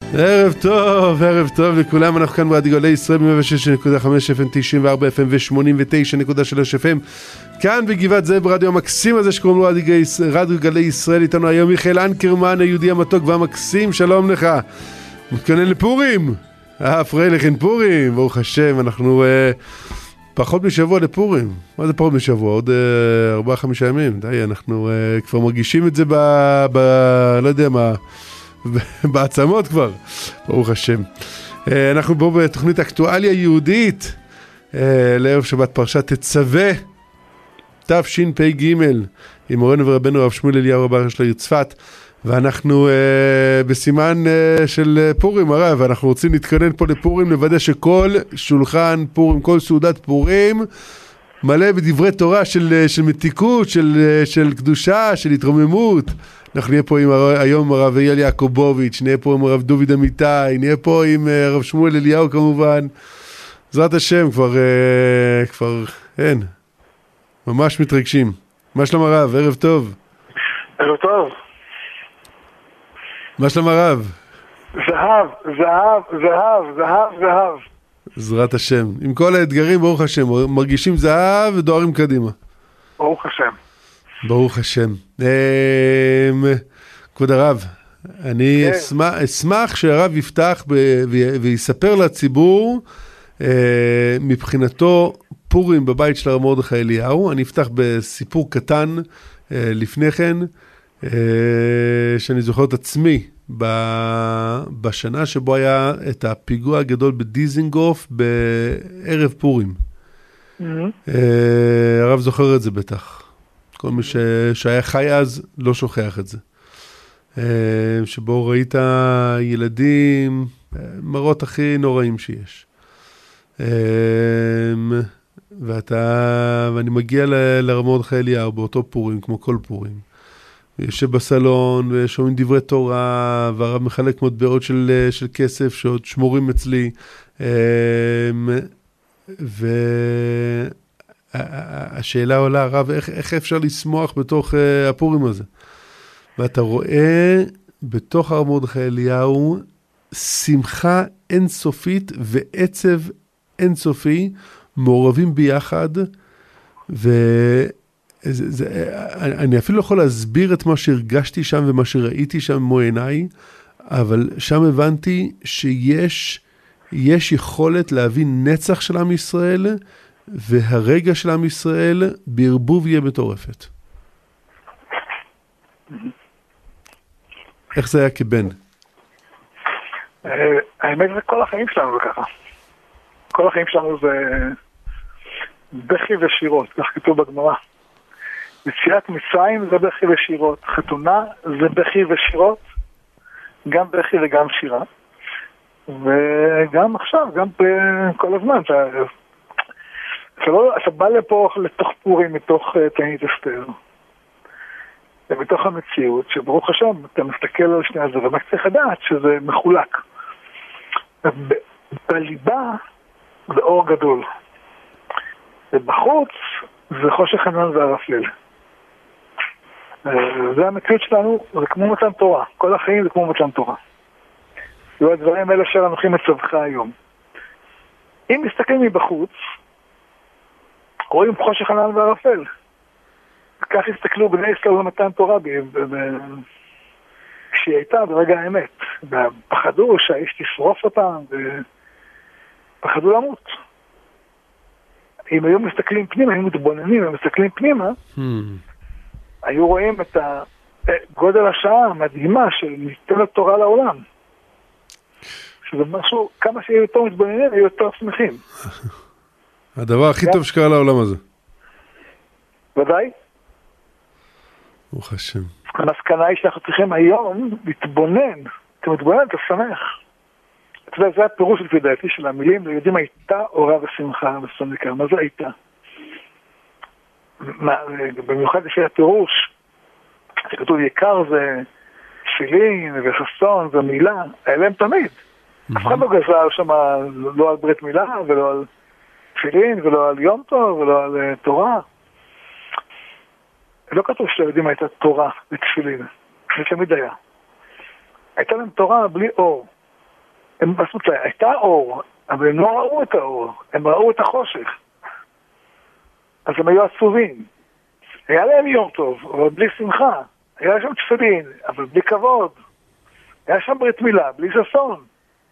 ערב טוב לכולם, אנחנו כאן ברדיו גלי ישראל ב-106.5 FM, 94 FM ו-89.3 FM, כאן בגבעת זאב, ברדיו המקסים הזה שקוראים לו רדיו גלי ישראל. איתנו היום מיכאל אנקרמן, היהודי המתוק והמקסים, שלום לך. מתכונן לפורים, פרייליכן פורים, ברוך השם. אנחנו פחות משבוע לפורים. מה זה פחות משבוע? עוד 4-5 ימים, די, אנחנו כבר מרגישים את זה לא יודע מה, בעצמות כבר, ברוך השם. אנחנו פה בתוכנית אקטואליה יהודית לערב שבת פרשת תצווה תשפ"ג עם מורנו ורבנו הרב שמואל אליהו רב הראשי לעיר צפת, ואנחנו בסימן של פורים הרב, ואנחנו רוצים להתכונן פה לפורים, לוודא שכל שולחן פורים, כל סעודת פורים מלא בדברי תורה של מתיקות, של קדושה, של התרוממות. אנחנו נהיה פה היום הרב אייל יעקובוביץ', נהיה פה עם הרב דוד אמיתי, נהיה פה עם הרב שמואל אליהו כמובן. בעזרת השם כבר אין, ממש מתרגשים. מה שלום הרב? ערב טוב. ערב טוב. מה שלום הרב? זהב. בעזרת השם. עם כל האתגרים, ברוך השם, מרגישים זהב ודוהרים קדימה. ברוך השם. ברוך השם. כבוד הרב, אני אשמח שהרב יפתח ויספר לציבור מבחינתו פורים בבית של הרב מרדכי אליהו. אני אפתח בסיפור קטן לפני כן, שאני זוכר את עצמי בשנה שבו היה את הפיגוע הגדול בדיזינגוף בערב פורים. הרב זוכר את זה בטח. כל מי שהיה חי אז לא שוכח את זה. שבו ראית ילדים, מראות הכי נוראים שיש. ואני מגיע לרב מרדכי אליהו באותו פורים, כמו כל פורים. יושב בסלון ושומעים דברי תורה, והרב מחלק מטבעות של כסף שעוד שמורים אצלי. השאלה עולה, הרב, איך אפשר לשמוח בתוך הפורים הזה? ואתה רואה בתוך הרב מרדכי אליהו שמחה אינסופית ועצב אינסופי מעורבים ביחד, אני אפילו לא יכול להסביר את מה שהרגשתי שם ומה שראיתי שם במו עיניי, אבל שם הבנתי שיש יכולת להבין נצח של עם ישראל, והרגע של עם ישראל בערבוב יהיה מטורפת. איך זה היה כבן? האמת זה כל החיים שלנו זה ככה. כל החיים שלנו זה בכי ושירות, כך כתוב בגמרא. יציאת מצרים זה בכי ושירות, חתונה זה בכי ושירות, גם בכי וגם שירה. וגם עכשיו, גם כל הזמן, אתה בא לפה לתוך פורים, מתוך תענית אסתר, ומתוך המציאות, שברוך השם, אתה מסתכל על שני הזה, ומה צריך לדעת שזה מחולק. בליבה זה אור גדול, ובחוץ זה חושך ענן וערפל. זה המציאות שלנו, זה כמו מתן תורה. כל החיים זה כמו מתן תורה. זה הדברים האלה של אנוכי מצווך היום. אם מסתכלים מבחוץ, רואים חושך ענן וערפל. כך הסתכלו בני ישראל במתן תורה כשהיא הייתה ברגע האמת. פחדו שהאיש תשרוף אותם, ופחדו למות. אם היו מסתכלים פנימה, היו מתבוננים ומסתכלים פנימה, היו רואים את גודל השעה המדהימה של ניתן התורה לעולם. שזה משהו, כמה שיהיו יותר מתבוננים, היו יותר שמחים. הדבר הכי טוב שקרה לעולם הזה. ודאי. ברוך השם. המסקנה היא שאנחנו צריכים היום להתבונן. אתה מתבונן, אתה שמח. אתה יודע, זה הפירוש לפי דעתי של המילים, ליהודים הייתה אורה ושמחה וסוניקה. מה זה הייתה? במיוחד לפי הפירוש, שכתוב יקר זה תפילין וחסון ומילה, האלה הם תמיד. אף אחד לא גזר שם לא על ברית מילה ולא על תפילין ולא על יום טוב ולא על תורה. לא כתוב שליהודים הייתה תורה ותפילין, זה תמיד היה. הייתה להם תורה בלי אור. הם פשוט, הייתה אור, אבל הם לא ראו את האור, הם ראו את החושך. אז הם היו עצובים. היה להם יום טוב, אבל בלי שמחה. היה שם תפילין, אבל בלי כבוד. היה שם ברית מילה, בלי ששון.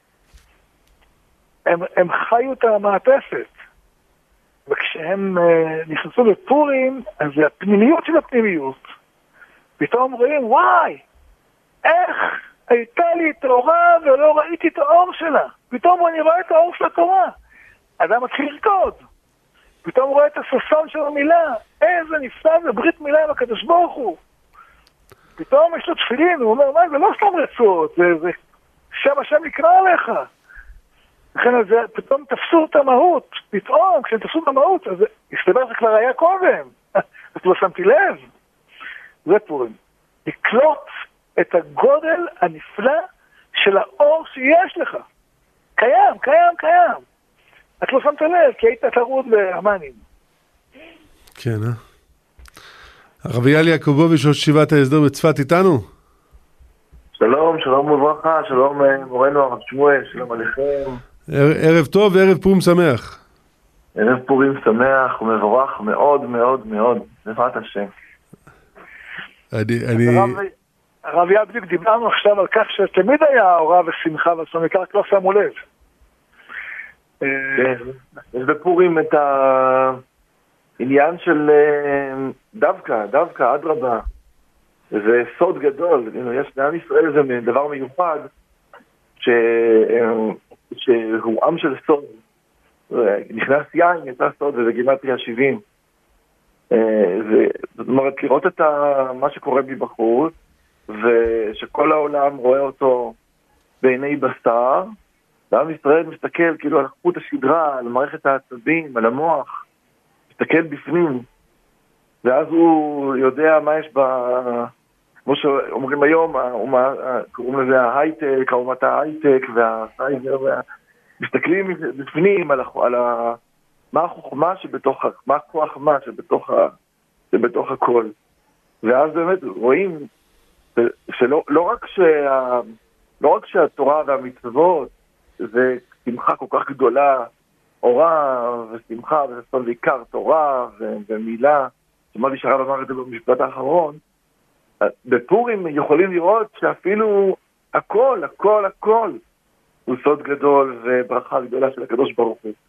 הם חיו את המעטפת. וכשהם נכנסו לפורים, אז זה הפנימיות של הפנימיות. פתאום רואים, וואי, איך הייתה לי תורה ולא ראיתי את האור שלה. פתאום אני רואה את האור של התורה. אדם מתחיל לרקוד. פתאום רואה את הששון של המילה. איזה נפלא זה ברית מילה עם הקדוש ברוך הוא. פתאום יש לו תפילין, הוא אומר, מה, זה לא סתם רצות, זה שם השם נקרא עליך. לכן זה, פתאום תפסו את המהות. פתאום, כשהם תפסו את המהות, אז הסתבר זה כבר היה קודם. אז לא שמתי לב. זה פורים. לקלוט את הגודל הנפלא של האור שיש לך. קיים, קיים, קיים. את לא שמת לב, כי היית טרוד באמנים. כן, הרב אייל יעקובוביץ' ראש ישיבת ההסדר בצפת איתנו? שלום, שלום וברכה, שלום מורנו הרב שמואל, שלום עליכם. ערב טוב וערב פורים שמח. ערב פורים שמח ומבורך מאוד מאוד מאוד, בעזרת השם. הרב אייל, בדיוק דיברנו עכשיו על כך שתמיד היה אורה ושמחה, ועצמם רק לא שמו לב. יש בפורים את העניין של דווקא, אדרבה. זה סוד גדול, יש לעם ישראל זה דבר מיוחד, שהוא עם של סוד. נכנס יין, יצא סוד, וזה גימטריה 70. זאת אומרת, לראות את מה שקורה מבחוץ, ושכל העולם רואה אותו בעיני בשר, ועם ישראל מסתכל כאילו על חוט השדרה, על מערכת העצבים, על המוח, מסתכל בפנים, ואז הוא יודע מה יש כמו שאומרים היום, קוראים לזה ההייטק, אומת ההייטק והסייבר, מסתכלים בפנים על מה החוכמה שבתוך, מה הכוח מה שבתוך הכל. ואז באמת רואים שלא רק שהתורה והמצוות זה שמחה כל כך גדולה, אורה ושמחה וסון ועיקר תורה ומילה, שמעתי שהרב אמר את זה במשפט האחרון, בפורים יכולים לראות שאפילו הכל הוא סוד גדול וברכה גדולה של הקדוש ברוך הוא.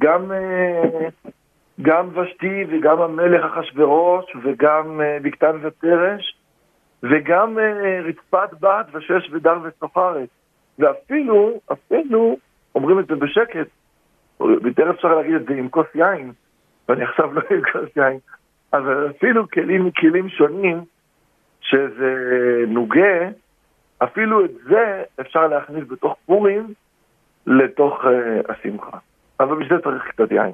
גם ושתי וגם המלך אחשוורוש וגם בקתן ותרש וגם רצפת בת ושש ודר וסוחרת. ואפילו, אומרים את זה בשקט, יותר אפשר להגיד את זה עם כוס יין, ואני עכשיו לא עם כוס יין, אבל אפילו כלים שונים, שזה נוגע, אפילו את זה אפשר להכניס בתוך פורים, לתוך השמחה. אבל בשביל צריך קצת יין.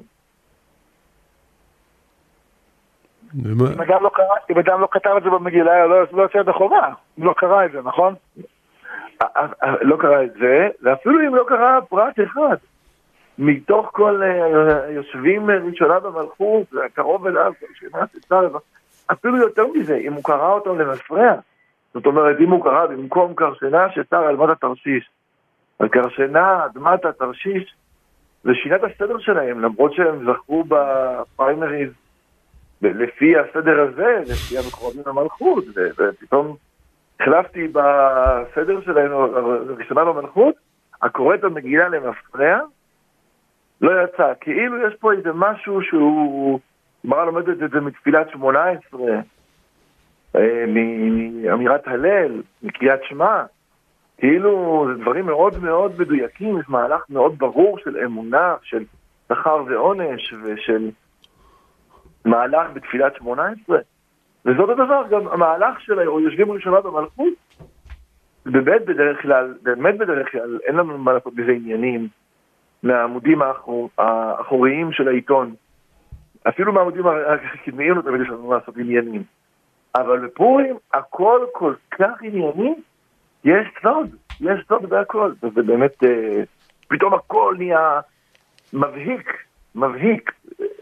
אם אדם לא כתב את זה במגילה, לא יוצא את החובה. אם לא קרא את זה, נכון? לא קרא את זה, ואפילו אם לא קרא פרט אחד, מתוך כל היושבים ראשונה במלכות, הקרוב אליו, אפילו יותר מזה, אם הוא קרא אותם למפרע, זאת אומרת, אם הוא קרא במקום קרשנה שצר על אדמת התרשיש, אז קרשנה, אדמת התרשיש, זה שינה את הסדר שלהם, למרות שהם זכו בפריימריז, לפי הסדר הזה, לפי המקורבים למלכות, ופתאום החלפתי בסדר שלהם, ראשונה במלכות, הקורא את המגילה למפרע, לא יצא, כאילו יש פה איזה משהו שהוא, גמרא לומדת את זה מתפילת 18, מאמירת הלל, מקריאת שמע, כאילו זה דברים מאוד מאוד מדויקים, יש מהלך מאוד ברור של אמונה, של שכר ועונש, ושל מהלך בתפילת 18, וזאת הדבר, גם המהלך של היושבים ראשונה במלכות, באמת בדרך כלל, אין לנו מה לעשות בזה עניינים, מהעמודים האחוריים של העיתון, אפילו מהעמודים הקדמיים לא תמיד יש לנו לעשות עניינים, אבל בפורים הכל כל כך ענייני, יש סוד בהכל, וזה באמת, פתאום הכל נהיה מבהיק,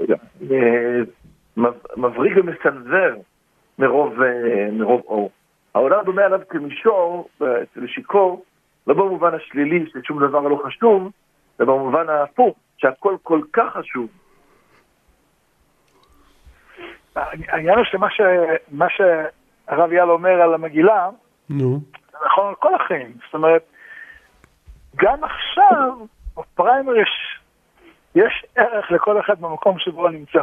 מבריק ומסנזר מרוב אור. העולם דומה עליו כמישור, אצל שיקור, לא במובן השלילי ששום דבר לא חשוב, אלא במובן ההפוך, שהכל כל כך חשוב. העניין הוא שמה שהרב יאל אומר על המגילה, זה נכון על כל החיים. זאת אומרת, גם עכשיו, בפריימריז, יש ערך לכל אחד במקום שבו הוא נמצא.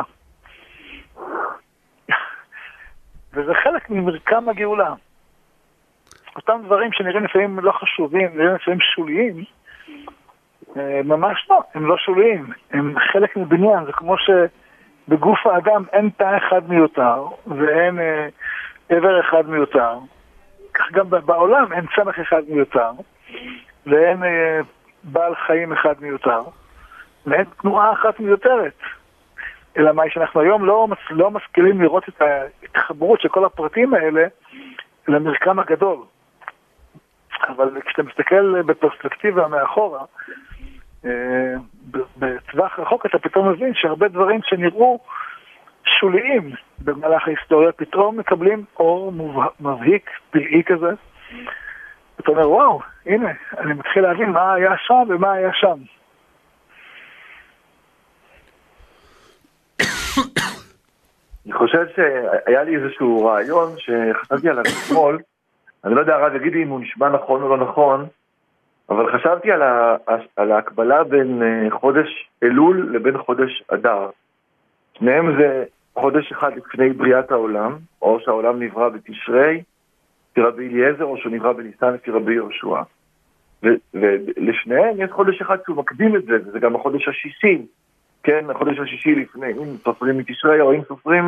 וזה חלק ממרקם הגאולה. אותם דברים שנראים לפעמים לא חשובים, נראים לפעמים שוליים, ממש לא, הם לא שוליים, הם חלק מבניין. זה כמו שבגוף האדם אין תא אחד מיותר, ואין עבר אחד מיותר. כך גם בעולם אין צמח אחד מיותר, ואין בעל חיים אחד מיותר, ואין תנועה אחת מיותרת. אלא מה שאנחנו היום לא משכילים לראות את ההתחברות של כל הפרטים האלה למרקם הגדול. אבל כשאתה מסתכל בפרספקטיבה מאחורה, בטווח רחוק אתה פתאום מבין שהרבה דברים שנראו שוליים במהלך ההיסטוריה פתאום מקבלים אור מבהיק, פלאי כזה. אתה אומר, וואו, הנה, אני מתחיל להבין מה היה שם ומה היה שם. אני חושב שהיה לי איזשהו רעיון שחשבתי עליו אתמול, אני לא יודע, הרב יגיד לי אם הוא נשמע נכון או לא נכון, אבל חשבתי על ההקבלה בין חודש אלול לבין חודש אדר. שניהם זה חודש אחד לפני בריאת העולם, או שהעולם נברא בתשרי, לפי רבי אליעזר, או שהוא נברא בניסן לפי רבי יהושע. ולשניהם יש חודש אחד שהוא מקדים את זה, וזה גם החודש השישי. כן, החודש השישי לפני, אם סופרים מתשרי, או אם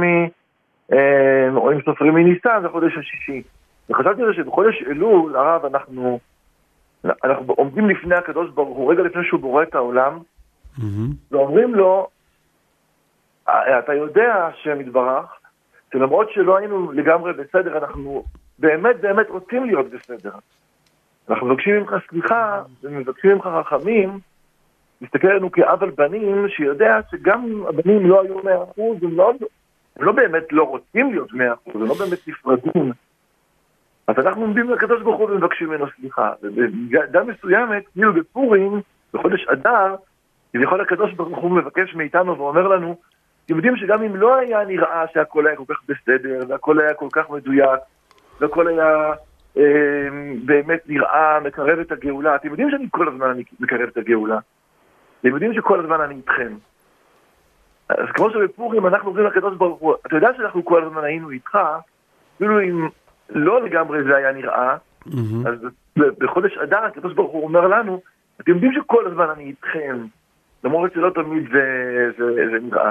סופרים מניסן, זה החודש השישי. וחשבתי על זה שבחודש אלול, הרב, אנחנו עומדים לפני הקדוש ברוך הוא, רגע לפני שהוא בורא את העולם, ואומרים לו, אתה יודע השם יתברך, שלמרות שלא היינו לגמרי בסדר, אנחנו באמת באמת רוצים להיות בסדר. אנחנו מבקשים ממך סליחה, ומבקשים ממך חכמים, מסתכל עלינו כאבל בנים, שיודע שגם הבנים לא היו 100%, הם לא באמת לא רוצים להיות 100%, הם לא באמת נפרדים. אז אנחנו עומדים לקדוש ברוך הוא ומבקשים ממנו סליחה. ובמידה מסוימת, כאילו בפורים, בחודש אדר, כביכול הקדוש ברוך הוא מבקש מאיתנו ואומר לנו, אתם יודעים שגם אם לא היה נראה שהכל היה כל כך בסדר, והכל היה כל כך מדויק, והכל היה באמת נראה, מקרב את הגאולה, אתם יודעים שאני כל הזמן מקרב את הגאולה. אתם יודעים שכל הזמן אני איתכם. אז כמו שבפורים אנחנו עוברים לקדוש ברוך הוא, אתה יודע שאנחנו כל הזמן היינו איתך, אפילו אם לא לגמרי זה היה נראה, אז בחודש אדר הקדוש ברוך הוא אומר לנו, אתם יודעים שכל הזמן אני איתכם, למרות שלא תמיד זה נראה.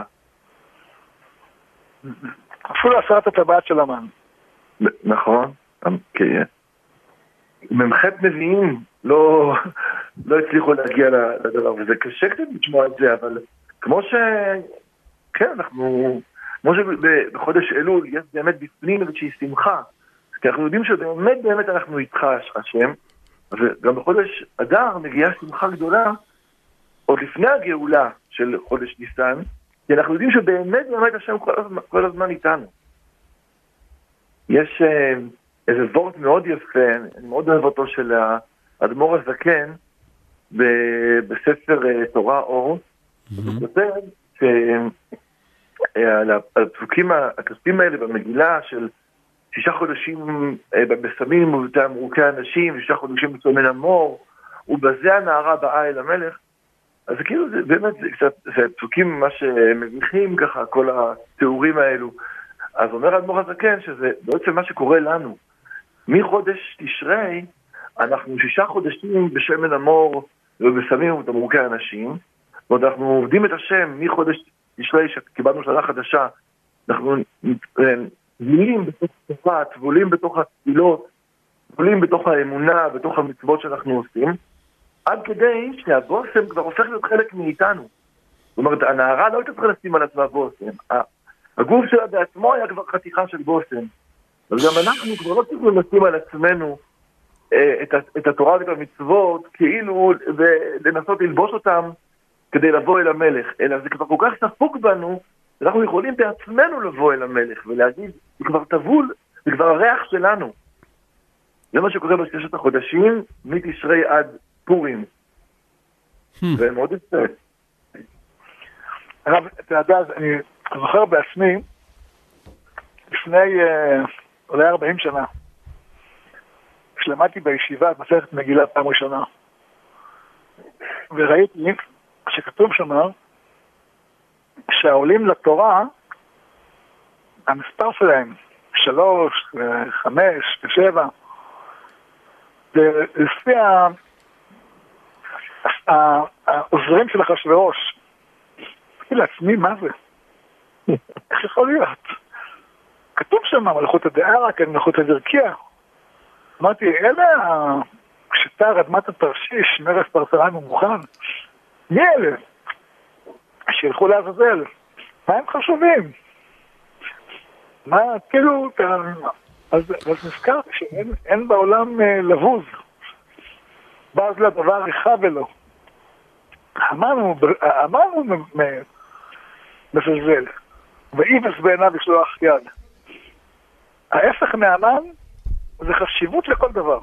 אפילו עשרת הטבעת של המן. נכון, כן. ממחת נביאים לא הצליחו להגיע לדבר, וזה קשה קצת לשמוע את זה, אבל כמו כן, כמו שבחודש אלול יש באמת בפנים איזושהי שמחה, כי אנחנו יודעים שבאמת באמת אנחנו איתך השם, וגם בחודש אדר מגיעה שמחה גדולה, עוד לפני הגאולה של חודש ניסן, כי אנחנו יודעים שבאמת באמת השם כל הזמן איתנו. יש איזה וורט מאוד יפה, אני מאוד אוהב אותו, של האדמו"ר הזקן, בספר תורה אור, הוא כותב שעל הפסוקים הכספים האלה במגילה של 6 חודשים בסמים ובתעמרוקי אנשים, 6 חודשים בצומן המור, ובזה הנערה באה אל המלך. אז כאילו זה באמת, זה פסוקים ממש מביכים ככה, כל התיאורים האלו. אז אומר האדמו"ר הזקן שזה בעצם מה שקורה לנו. מחודש תשרי, אנחנו 6 חודשים בשמן המור ובסמים ובתעמרוקי אנשים, ועוד אנחנו עובדים את השם מחודש תשרי שקיבלנו שנה חדשה, אנחנו טבולים בתוך התורה, טבולים בתוך התפילות, טבולים בתוך האמונה, בתוך המצוות שאנחנו עושים, עד כדי שהבושם כבר הופך להיות חלק מאיתנו. זאת אומרת, הנערה לא הייתה צריכה לשים על עצמה בושם. הגוף שלה בעצמו היה כבר חתיכה של בושם. אז גם אנחנו כבר לא צריכים לשים על עצמנו את התורה ואת המצוות, כאילו לנסות ללבוש אותם כדי לבוא אל המלך. אלא זה כבר כל כך ספוק בנו, אנחנו יכולים בעצמנו לבוא אל המלך ולהגיד, זה כבר טבול, זה כבר הריח שלנו. זה מה שקורה בששת החודשים, מתשרי עד פורים. זה מאוד יפה. הרב, אתה יודע, אני זוכר בעצמי, לפני אולי 40 שנה, כשלמדתי בישיבה את מסכת מגילה פעם ראשונה, וראיתי שכתוב שם שהעולים לתורה, המספר שלהם 3, 5 ו7, ולפי העוזרים של אחשוורוש, אמרתי לעצמי, מה זה? איך יכול להיות? כתוב שם מלכות הדעה, כן, מלכות הדרכיה. אמרתי, אלה כשתר אדמת התרשיש, מרס פרסריים ומוכן, מי אלה? שילכו לעזאזל. מה הם חשובים? מה, כאילו, אז נזכרתי שאין בעולם לבוז. באז לדבר ריחה ולא. אמרנו מזלזל. ואיבס בעיניו ישלוח יד. ההפך מהמן זה חשיבות לכל דבר.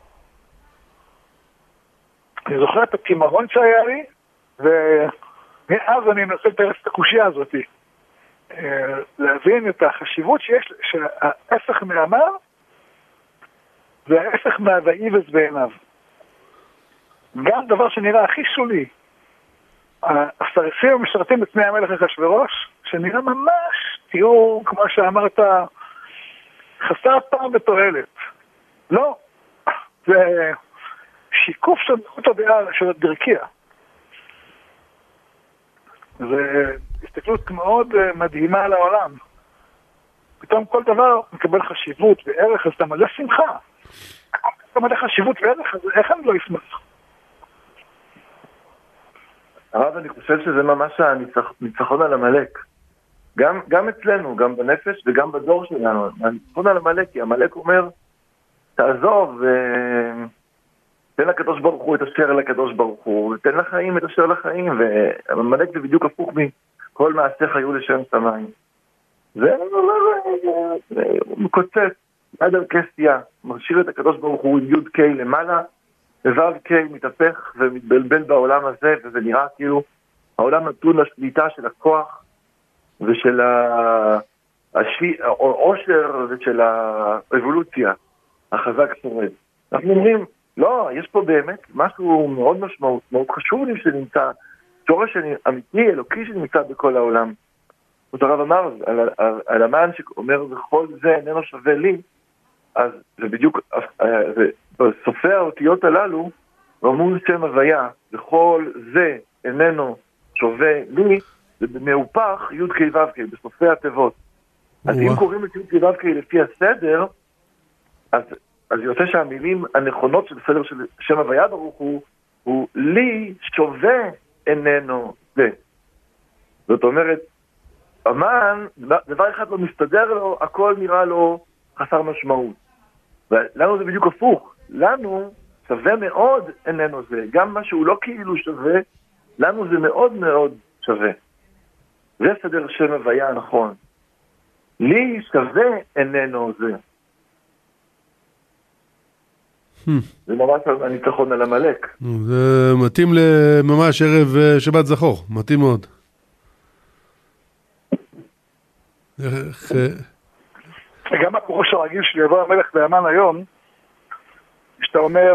אני זוכר את התימהון שהיה לי, ומאז אני מנסה לתרץ את הקושיה הזאת. להבין את החשיבות שיש, שההפך מהמן זה ההפך מהאיבס בעיניו. גם דבר שנראה הכי שולי, הסרסים המשרתים בפני המלך אחשוורוש, שנראה ממש תיאור, כמו שאמרת, חסר פעם ותועלת. לא, זה שיקוף של מלכות הדעה של הדרכיה. זה הסתכלות מאוד מדהימה על העולם. פתאום כל דבר מקבל חשיבות וערך, אז אתה מלא שמחה. אתה מלא חשיבות וערך, אז איך אני לא אשמח? הרב, אני חושב שזה ממש הניצחון על עמלק. גם אצלנו, גם בנפש וגם בדור שלנו. הניצחון על עמלק, כי עמלק אומר, תעזוב, תן לקדוש ברוך הוא את אשר לקדוש ברוך הוא, תן לחיים את אשר לחיים, ועמלק זה בדיוק הפוך מכל מעשיך היו לשם שמיים. זה מקוצץ, עד הרכסיה, משאיר את הקדוש ברוך הוא עם י' ק' למעלה, וו' ק' מתהפך ומתבלבל בעולם הזה, וזה נראה כאילו העולם נתון לשליטה של הכוח ושל העושר ושל האבולוציה, החזק שורד. אנחנו אומרים, לא, יש פה באמת משהו מאוד משמעות, מאוד חשוב לי שנמצא, שורש אמיתי, אלוקי שנמצא בכל העולם. זאת הרב אמר, על המן שאומר, וכל זה איננו שווה לי, אז זה בדיוק, בסופי האותיות הללו, רמוז שם הוויה, וכל זה איננו שווה לי, זה מהופך י' ק' ו' ק', בסופי התיבות. אז אם קוראים את י' ק' ו' ק' לפי הסדר, אז יוצא שהמילים הנכונות של הסדר של שם הוויה ברוך הוא לי שווה איננו זה. זאת אומרת, אמן, דבר אחד לא מסתדר לו, הכל נראה לו חסר משמעות. ולנו זה בדיוק הפוך. לנו שווה מאוד איננו זה. גם מה שהוא לא כאילו שווה, לנו זה מאוד מאוד שווה. זה סדר שם הוויה הנכון. לי שווה איננו זה. זה ממש הניצחון על עמלק. זה מתאים לממש ערב שבת זכור. מתאים מאוד. גם הפירוש הרגיל של יבוא המלך והמן היום, שאתה אומר,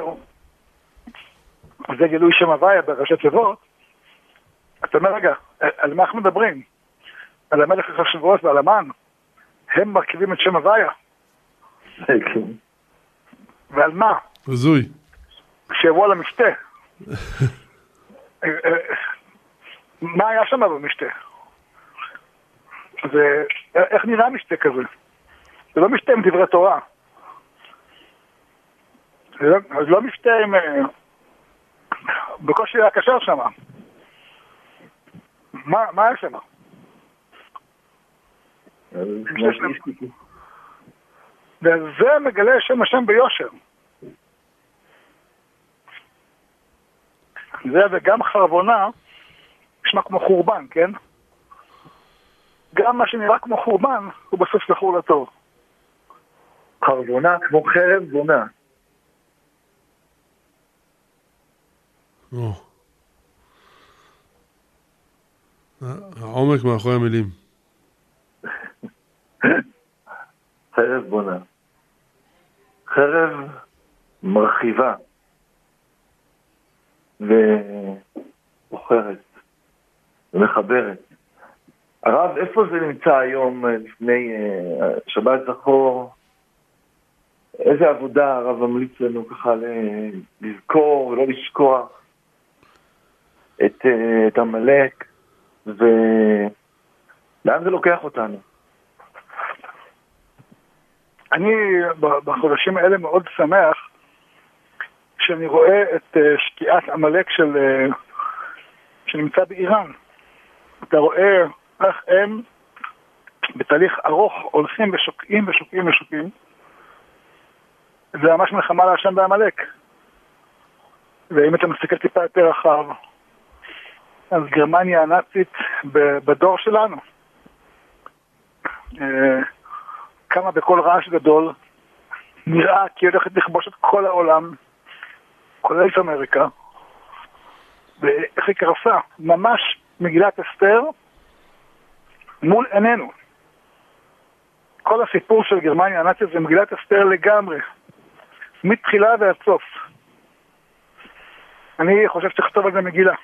זה גילוי שם הוויה בראשי תיבות, אתה אומר, רגע, על מה אנחנו מדברים? על המלך אחשוורוש ועל המן? הם מרכיבים את שם הוויה. ועל מה? הזוי. שיבוא על המשתה. מה היה שם במשתה? איך נראה משתה כזה? זה לא משתה עם דברי תורה. זה לא משתה עם... בקושי היה קשר שם. מה היה שם? וזה מגלה שם השם ביושר. זה וגם חרבונה נשמע כמו חורבן, כן? גם מה שנראה כמו חורבן הוא בסוף זכור לטוב. חרבונה כמו חרב בונה. העומק מאחורי המילים. חרב בונה. חרב מרחיבה ובוחרת ומחברת. הרב, איפה זה נמצא היום לפני שבת זכור? איזה עבודה הרב ממליץ לנו ככה לזכור ולא לשכוח את המלאק, ולאן זה לוקח אותנו? אני בחודשים האלה מאוד שמח שאני רואה את שקיעת המלאק שנמצא באיראן. אתה רואה איך הם בתהליך ארוך הולכים ושוקעים ושוקעים ושוקעים. זה ממש מלחמה להשם בעמלק. ואם אתה מסתכל טיפה יותר רחב, אז גרמניה הנאצית בדור שלנו קמה בכל רעש גדול, נראה כי הולכת לכבוש את כל העולם, כולל את אמריקה, ואיך היא קרסה, ממש מגילת אסתר מול עינינו. כל הסיפור של גרמניה הנאצית זה מגילת אסתר לגמרי, מתחילה ועד סוף. אני חושב שצריך לכתוב על זה מגילה.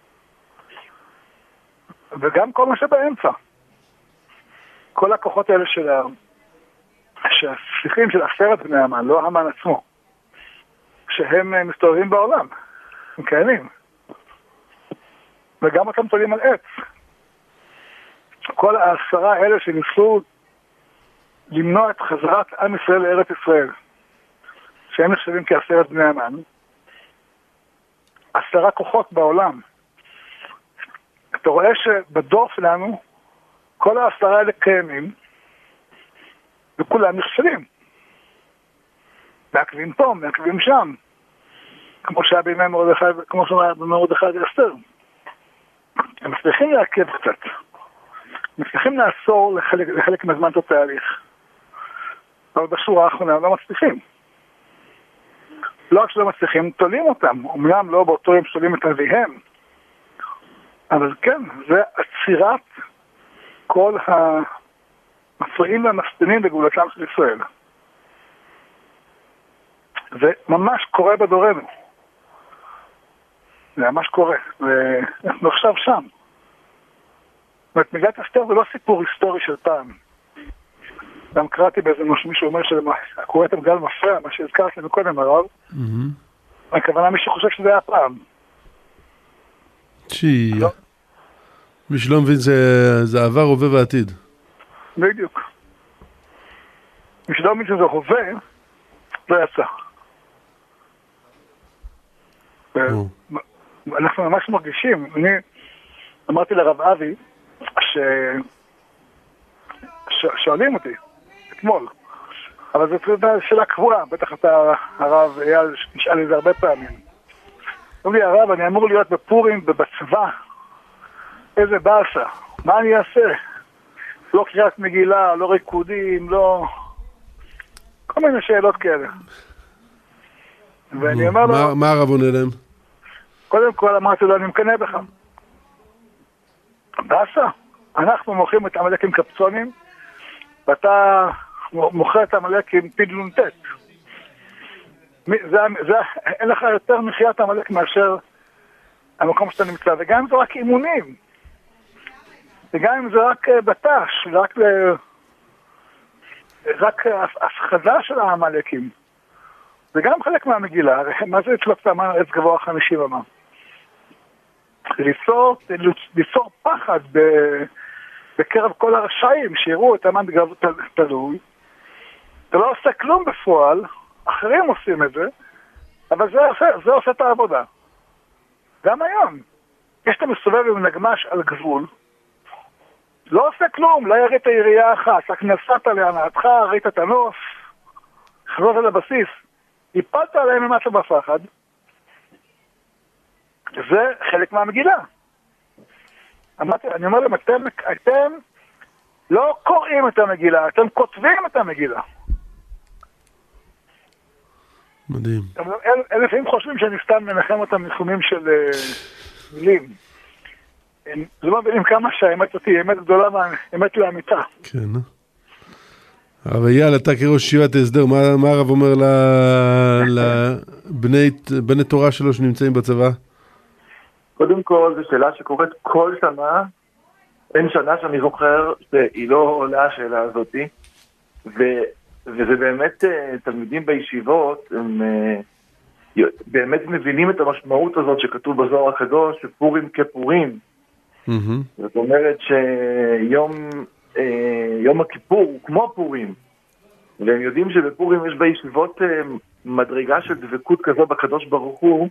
וגם כל מה שבאמצע. כל הכוחות האלה שהשיחים של 10 בני המן, לא המן עצמו, שהם מסתובבים בעולם, הם קיימים. וגם אותם תולים על עץ. כל 10 האלה שניסו למנוע את חזרת עם ישראל לארץ ישראל, שהם נחשבים כ10 בני המן, 10 כוחות בעולם. אתה רואה שבדור שלנו כל 10 האלה קיימים וכולם נכשלים. מעכבים פה, מעכבים שם. כמו שהיה בימי מרדכי, כמו שהיה במרדכי ואסתר. הם מצליחים לעכב קצת. מצליחים לעצור לחלק מהזמן את התהליך. אבל בשורה האחרונה הם לא מצליחים. לא רק שלא מצליחים, תולים אותם. אומנם לא באותו יום שתולים את אביהם. אבל כן, זה עצירת כל המפריעים והמסתנים בגאולתם של ישראל. זה ממש קורה בדורנו. זה ממש קורה. ואנחנו עכשיו שם. זאת אומרת, מגילת אסתר זה לא סיפור היסטורי של פעם. גם קראתי באיזה מישהו אומר שקורא את המגל מפרע, מה שהזכרת לנו קודם הרב. הכוונה מישהו חושב שזה היה פעם. מי שלא מבין זה עבר, הווה ועתיד. בדיוק. מי שלא מבין שזה הווה, לא יצא. אנחנו ממש מרגישים. אני אמרתי לרב אבי שואלים אותי אתמול, אבל זו שאלה קבועה, בטח אתה הרב אייל נשאל את זה הרבה פעמים. אומרים לי, הרב, אני אמור להיות בפורים ובצבא, איזה באסה, מה אני אעשה? לא קריאת מגילה, לא ריקודים, לא... כל מיני שאלות כאלה. ואני אומר לו... מה הרב עונה להם? קודם כל אמרתי לו, אני מקנא בך. באסה, אנחנו מוכרים את המלאקים קפצונים, ואתה מוכר את המלאקים פידלונטט. אין לך יותר מחיית המלאק מאשר המקום שאתה נמצא, וגם אם זה רק אימונים, וגם אם זה רק בטש, רק הפחדה של המלאקים. זה גם חלק מהמגילה, מה זה לצלוק את המן עץ גבוה 50 אמה? ליצור פחד בקרב כל הרשעים שיראו את המן תלוי. אתה לא עושה כלום בפועל, אחרים עושים את זה, אבל זה עושה את העבודה. גם היום, יש את המסובב עם נגמש על גבול, לא עושה כלום, לא ירית הירייה אחת, רק נסעת להנעתך, ראית את הנוף, חזרת לבסיס, הפלת עליהם ממצא בפחד, זה חלק מהמגילה. אני אומר להם, אתם לא קוראים את המגילה, אתם כותבים את המגילה. מדהים. הם לפעמים חושבים שאני סתם מנחם אותם מסכומים של מילים. זה לא מבינים כמה שהאמת אותי, אמת גדולה מהאמת לאמיתה. כן. הרב אייל, אתה כראש ישיבת ההסדר, מה הרב אומר לבני תורה שלו שנמצאים בצבא? קודם כל, זו שאלה שקורית כל שנה, אין שנה שאני זוכר שהיא לא עולה השאלה הזאת, וזה באמת, תלמידים בישיבות, הם באמת מבינים את המשמעות הזאת שכתוב בזוהר הקדוש, שפורים כפורים. זאת אומרת שיום הכיפור הוא כמו פורים, והם יודעים שבפורים יש בישיבות מדרגה של דבקות כזו בקדוש ברוך הוא,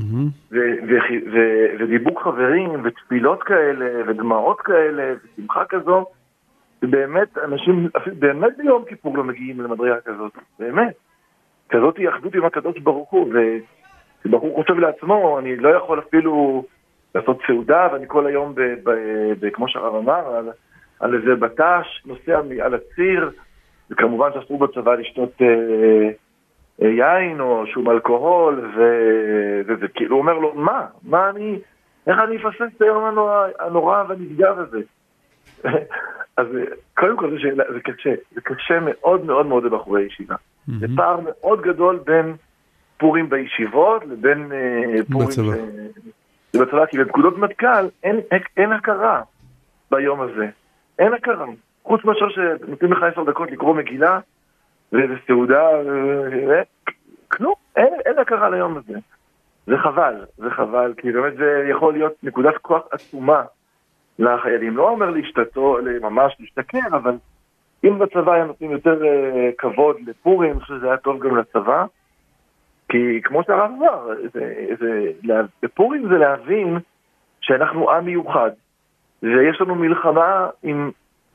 ודיבור חברים, ותפילות כאלה, ודמעות כאלה, ושמחה כזו, ובאמת אנשים, באמת ביום כיפור לא מגיעים למדרגה כזאת, באמת. כזאת היא אחדות עם הקדוש ברוך הוא, וברוך הוא חושב לעצמו, אני לא יכול אפילו לעשות סעודה, ואני כל היום, כמו שהרב אמר, על איזה בטש, נוסע על הציר, וכמובן שאסור בצבא לשתות יין או שום אלכוהול, וכאילו אומר לו, איך אני אפסס את היום הנורא והנפגע הזה? אז קודם כל זה קשה מאוד מאוד מאוד לבחורי ישיבה. זה פער מאוד גדול בין פורים בישיבות לבין פורים בצבא, כי בפקודות מטכ"ל אין הכרה ביום הזה. אין הכרה. חוץ מאשר שנותנים לך 10 דקות לקרוא מגילה, ואיזה סעודה, כלום, אין הכרה ליום הזה. זה חבל, כי באמת זה יכול להיות נקודת כוח עצומה לחיילים. לא אומר ממש להשתכר, אבל אם בצבא הם נותנים יותר כבוד לפורים, אני חושב שזה היה טוב גם לצבא, כי כמו שהרב אמר, בפורים זה להבין שאנחנו עם מיוחד, ויש לנו מלחמה עם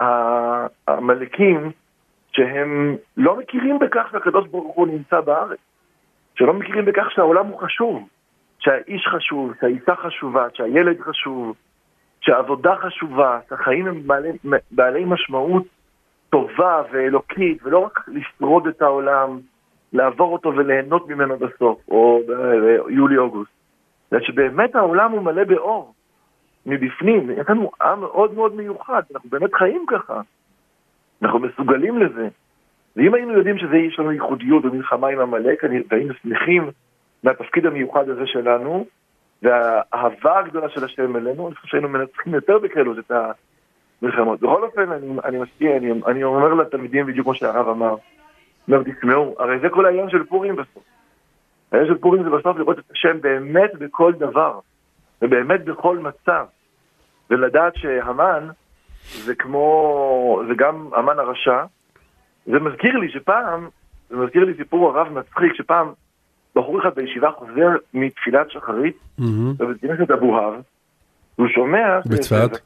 המלאקים שהם לא מכירים בכך שהקדוש ברוך הוא נמצא בארץ, שלא מכירים בכך שהעולם הוא חשוב, שהאיש חשוב, שהאישה חשובה, שהילד חשוב, שהעבודה חשובה, שהחיים הם בעלי משמעות טובה ואלוקית, ולא רק לשרוד את העולם, לעבור אותו וליהנות ממנו בסוף, או ביולי-אוגוסט. זה שבאמת העולם הוא מלא באור, מבפנים, יש לנו עם מאוד מאוד מיוחד, אנחנו באמת חיים ככה, אנחנו מסוגלים לזה. ואם היינו יודעים שזה יש לנו ייחודיות במלחמה עם המלאק, והיינו שמחים מהתפקיד המיוחד הזה שלנו, והאהבה הגדולה של השם אלינו, אני חושב שהיינו מנצחים יותר בקלות את המלחמות. בכל אופן, אני אומר לתלמידים בדיוק כמו שהרב אמר, תשמעו, הרי זה כל העניין של פורים בסוף. העניין של פורים זה בסוף לראות את השם באמת בכל דבר, ובאמת בכל מצב, ולדעת שהמן זה גם המן הרשע. זה מזכיר לי סיפור הרב מצחיק, שפעם בחור אחד בישיבה חוזר מתפילת שחרית, ובתכנס את אבוהב, והוא שומע בצפת?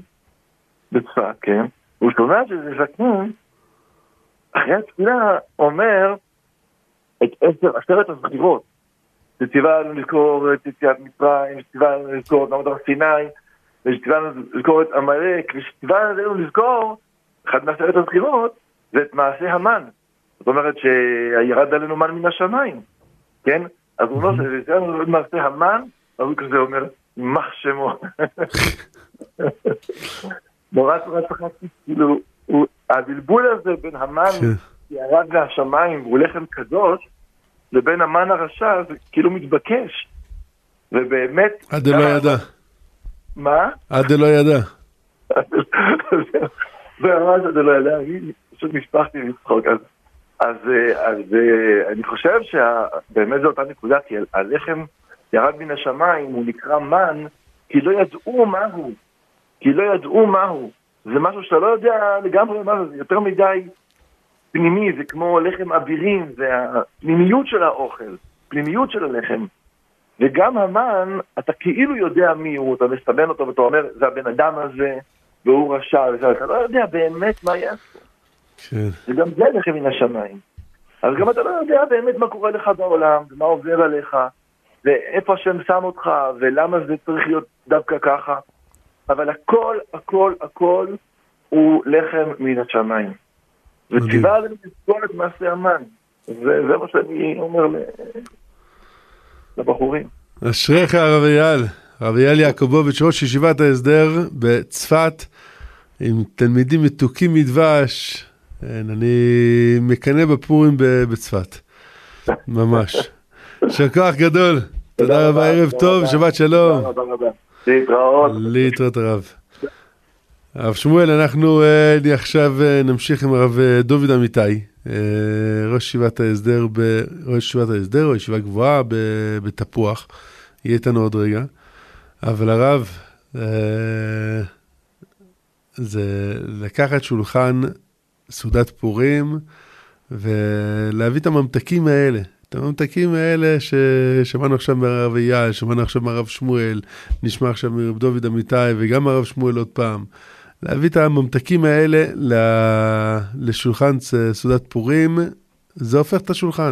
בצפת, כן. הוא שומע שזה זקן, אחרי התפילה אומר את 10 הזכירות, שציווה לנו לזכור את יציאת מצרים, שציווה לנו לזכור את מעמד הר סיני, ושציווה לנו לזכור את עמלק, ושציווה לנו לזכור, אחד מ10 הזכירות, זה את מעשה המן. זאת אומרת שירד עלינו מן מן השמיים, כן? אז הוא אומר שזה לנו את מעשה המן, אז הוא כזה אומר, מח שמו. נורא צחקתי, כאילו, הבלבול הזה בין המן שירד מהשמיים והוא לחם קדוש, לבין המן הרשע, זה כאילו מתבקש. ובאמת... עד לא ידע. מה? עד לא ידע. זה ממש עד לא ידע, אני פשוט משפחתי לצחוק. אז אני חושב שבאמת זו אותה נקודה, כי הלחם ירד מן השמיים, הוא נקרא מן, כי לא ידעו מהו. זה משהו שאתה לא יודע לגמרי מה זה, זה יותר מדי פנימי, זה כמו לחם אבירים, זה הפנימיות של האוכל, פנימיות של הלחם. וגם המן, אתה כאילו יודע מי הוא, אתה מסתבן אותו ואתה אומר, זה הבן אדם הזה, והוא רשע, אתה לא יודע באמת מה יש פה. כן. וגם זה לחם מן השמיים. אז גם אתה לא יודע באמת מה קורה לך בעולם, ומה עובר עליך, ואיפה השם שם אותך, ולמה זה צריך להיות דווקא ככה. אבל הכל הוא לחם מן השמיים. וציווה עלינו לזכור את מעשה המן. זה מה שאני אומר לבחורים. אשריך הרב אייל, הרב אייל יעקובוביץ', ראש ישיבת ההסדר בצפת, עם תלמידים מתוקים מדבש. אני מקנא בפורים בצפת, ממש. יישר כוח גדול. תודה רבה, ערב טוב, שבת שלום. להתראות הרב. הרב שמואל, אנחנו עכשיו נמשיך עם הרב דוד אמיתי, ראש ישיבת ההסדר, או ישיבה גבוהה בתפוח, יהיה איתנו עוד רגע. אבל הרב, זה לקחת שולחן סעודת פורים ולהביא את הממתקים האלה. את הממתקים האלה ששמענו עכשיו מהרב אייל, שמענו עכשיו מהרב שמואל, נשמע עכשיו מרב דוד אמיתי וגם מהרב שמואל עוד פעם. להביא את הממתקים האלה לשולחן סעודת פורים, זה הופך את השולחן.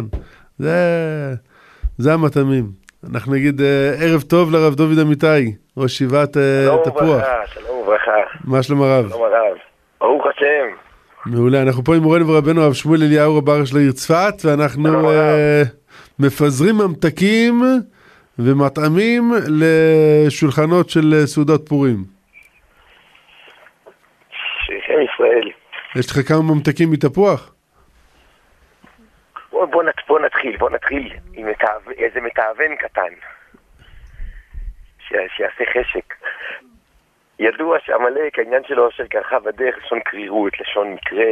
זה המתמים. אנחנו נגיד ערב טוב לרב דוד אמיתי, ראש ישיבת תפוח. שלום וברכה. מה שלום הרב? שלום הרב. ברוך השם. מעולה, אנחנו פה עם מורנו ורבנו הרב שמואל אליהו רב הראשי לעיר צפת, ואנחנו מפזרים ממתקים ומטעמים לשולחנות של סעודת פורים. שכם ישראל. יש לך כמה ממתקים מתפוח? בוא נתחיל עם איזה מתאבן קטן שיעשה חשק. ידוע שעמלק, העניין שלו אשר קרחה בדרך, לשון קרירות, לשון מקרה,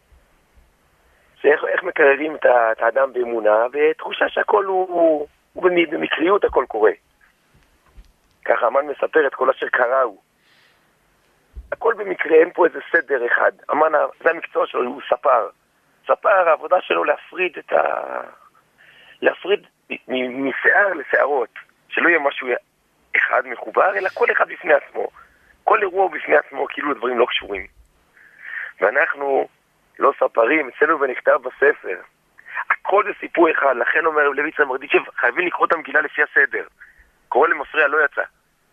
איך מקררים את האדם באמונה ותחושה שהכל הוא במקריות הכל קורה. ככה המן מספר את כל אשר קראו, הכל במקרה, אין פה איזה סדר אחד. המן, זה המקצוע שלו, הוא ספר, העבודה שלו להפריד משער לשערות, שלא יהיה משהו אחד מחובר, אלא כל אחד בפני עצמו. כל אירוע בפני עצמו, כאילו הדברים לא קשורים. ואנחנו לא ספרים, אצלנו ונכתב בספר. הכל זה סיפור אחד, לכן אומר לוי יצחק מרדיצ'ב, חייבים לקרוא את המגילה לפי הסדר. קורא למפריע לא יצא.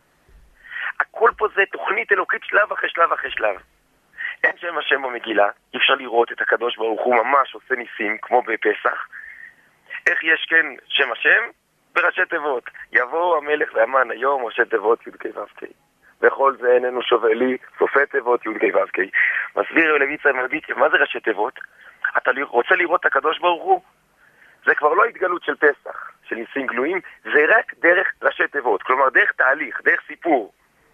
הכל פה זה תוכנית אלוקית שלב אחרי שלב אחרי שלב. אין שם השם במגילה, אי אפשר לראות את הקדוש ברוך הוא ממש עושה ניסים, כמו בפסח. איך יש כן שם השם? בראשי תיבות. יבוא המלך והמן היום, ראשי תיבות י"ק ו"ק. וכל זה איננו שווה לי, סופי תיבות י"ק ו"ק. מסביר לוי יצחק מרדיצ'ב, מה זה ראשי תיבות? אתה רוצה לראות את הקדוש ברוך הוא? זה כבר לא התגלות של פסח, של ניסים גלויים, זה רק דרך ראשי תיבות, כלומר דרך תהליך, דרך סיפור.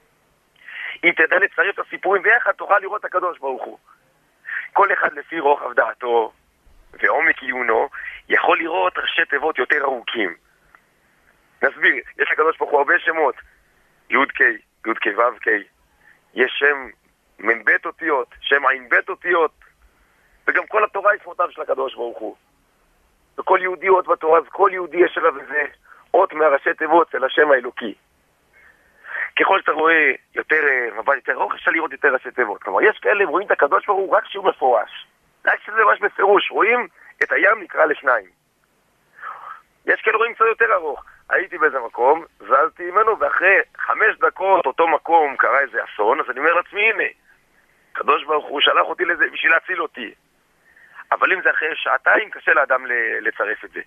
אם תדע לצרף את הסיפורים ביחד, תוכל לראות את הקדוש ברוך הוא. כל אחד לפי רוחב דעתו ועומק עיונו, יכול לראות ראשי תיבות יותר ארוכים. נסביר, יש לקדוש ברוך הוא הרבה שמות, י"ק, י"ק ו"ק, יש שם מ"ב אותיות, שם ע"ב אותיות, וגם כל התורה היא שמותיו של הקדוש ברוך הוא. וכל יהודי אות בתורה, אז כל יהודי יש עליו איזה אות מהראשי תיבות של השם האלוקי. ככל שאתה רואה יותר מבט יותר ארוך, אפשר לראות יותר ראשי תיבות. כלומר, יש כאלה, רואים את הקדוש ברוך הוא רק שהוא מפורש. רק שזה ממש בפירוש, רואים את הים נקרא לשניים. יש כאלה רואים קצת יותר ארוך. הייתי באיזה מקום, זזתי ממנו, ואחרי 5 דקות אותו מקום קרה איזה אסון, אז אני אומר לעצמי, הנה, הקדוש ברוך הוא שלח אותי לזה בשביל להציל אותי. אבל אם זה אחרי 2 שעתיים, קשה לאדם לצרף את זה.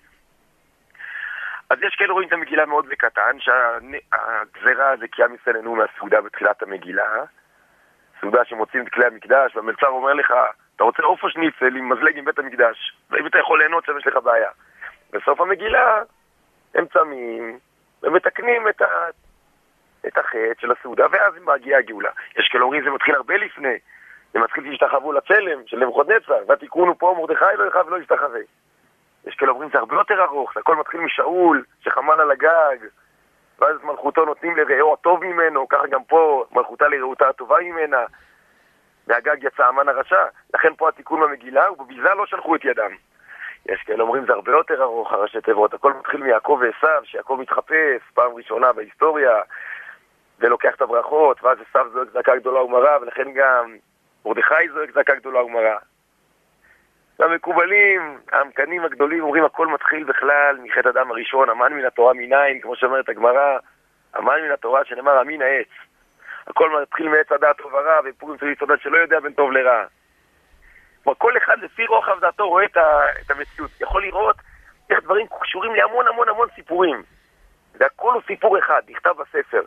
אז יש כאלה רואים את המגילה מאוד בקטן, שהגזרה זה כי עם ישראל נהנו מהסעודה בתחילת המגילה, סעודה שמוצאים את כלי המקדש, והמלצר אומר לך, אתה רוצה עוף או שניצל עם מזלג עם בית המקדש, ואם אתה יכול ליהנות שם יש לך בעיה. בסוף המגילה הם צמים ומתקנים את החטא של הסעודה, ואז מגיעה הגאולה. יש כאלה אומרים זה מתחיל הרבה לפני, זה מתחיל להשתחוו לצלם של נבוכדנצר, והתיקון הוא פה מרדכי לא יכאב ולא ישתחווה. יש כאלה אומרים זה הרבה יותר ארוך, זה הכל מתחיל משאול שחמן על הגג, ואז את מלכותו נותנים לרעהו הטוב ממנו, ככה גם פה מלכותה לרעותה הטובה ממנה, והגג יצא המן הרשע. לכן פה התיקון במגילה, ובביזה לא שלחו את ידם. יש כאלה אומרים זה הרבה יותר ארוך, הראשי תיבות, הכל מתחיל מיעקב ועשיו, שיעקב מתחפש פעם ראשונה בהיסטוריה, ולוקח את הברכות, ואז עשיו זועק זעקה גדולה ומרה, ולכן גם מרדכי זועק זעקה גדולה ומרה. והמקובלים, המקנים הגדולים, אומרים הכל מתחיל בכלל מחטא אדם הראשון, המן מן התורה מנין, כמו שאומרת הגמרא, המן מן התורה שנאמר המין העץ. הכל מתחיל מעץ הדעת טוב ורע, ופורים צריך לצדד שלא יודע בין טוב לרע. כל אחד לפי רוחב דעתו רואה את המציאות. יכול לראות איך דברים קשורים להמון המון המון סיפורים. והכל הוא סיפור אחד, נכתב בספר.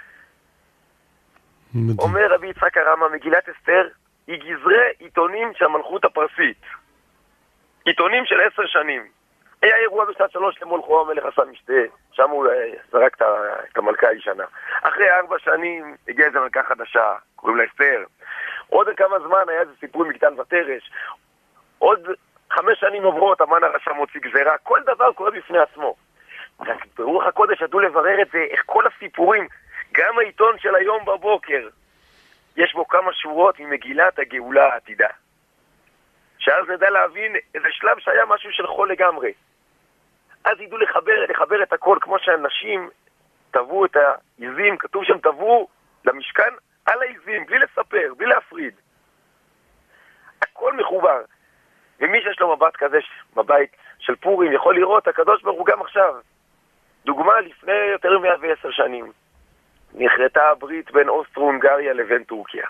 אומר רבי יצחק הרמב"ם, מגילת אסתר היא גזרי עיתונים של המלכות הפרסית. עיתונים של 10 שנים. היה אירוע בשנת 3 למולכו המלך עשה משתה, שם הוא זרק את המלכה הישנה. אחרי 4 שנים הגיעה איזו מלכה חדשה, קוראים לה אסתר. עוד כמה זמן היה איזה סיפור מגדל ותרש. עוד 5 שנים עוברות, המן הרשע מוציא גזרה. כל דבר קורה בפני עצמו. רק ברוח הקודש ידעו לברר את זה, איך כל הסיפורים, גם העיתון של היום בבוקר, יש בו כמה שורות ממגילת הגאולה העתידה. שאז נדע להבין איזה שלב שהיה משהו של חול לגמרי. אז ידעו לחבר את הכל, כמו שהאנשים טבעו את העיזים, כתוב שהם טבעו למשכן על העיזים, בלי לספר, בלי להפריד. הכל מחובר. ומי שיש לו מבט כזה בבית של פורים יכול לראות הקדוש ברוך הוא גם עכשיו. דוגמה, לפני יותר מ-110 שנים נחרטה הברית בין אוסטרו-הונגריה לבין טורקיה.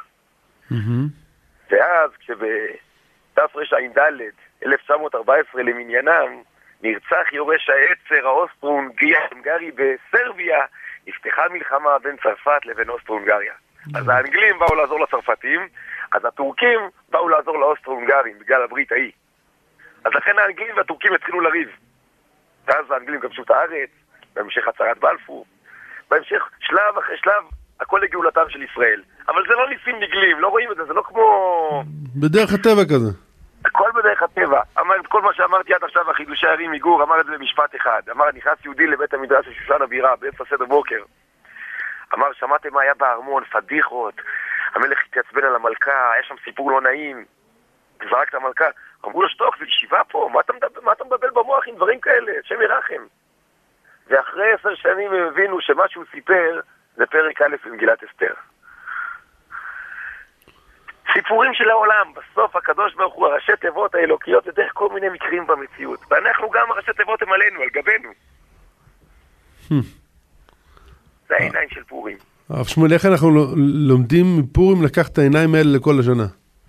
ואז כשבתרע"ד 1914 למניינם נרצח יורש העצר האוסטרו-הונגרי בסרביה, נפתחה מלחמה בין צרפת לבין אוסטרו-הונגריה. אז האנגלים באו לעזור לצרפתים, אז הטורקים באו לעזור לאוסטרו-הונגרים בגלל הברית ההיא. אז לכן האנגלים והטורקים התחילו לריב. ואז האנגלים כבשו את הארץ, בהמשך הצהרת בלפור, בהמשך שלב אחרי שלב, הכל לגאולתם של ישראל. אבל זה לא ניסים נגלים, לא רואים את זה, זה לא כמו... בדרך הטבע כזה. הכל בדרך הטבע. אמר את כל מה שאמרתי עד עכשיו, החידושי הרים מגור, אמר את זה במשפט אחד. אמר, נכנס יהודי לבית המדרש של שושן הבירה, באמצע סדר בוקר. אמר, שמעתם מה היה בארמון, פדיחות, המלך התעצבן על המלכה, היה שם סיפור לא נעים, זרק את המלכה. אמרו לו, שתוק, זה ישיבה פה, מה אתה מבלבל במוח עם דברים כאלה? שם ירחם. ואחרי 10 שנים הם הבינו שמה שהוא סיפר זה פרק א' במגילת אסתר. סיפורים של העולם, בסוף הקדוש ברוך הוא, הראשי תיבות האלוקיות, זה דרך כל מיני מקרים במציאות. ואנחנו גם הראשי תיבות הם עלינו, על גבינו. זה העיניים של פורים. הרב שמואל, איך אנחנו לומדים מפורים לקחת את העיניים האלה לכל השנה?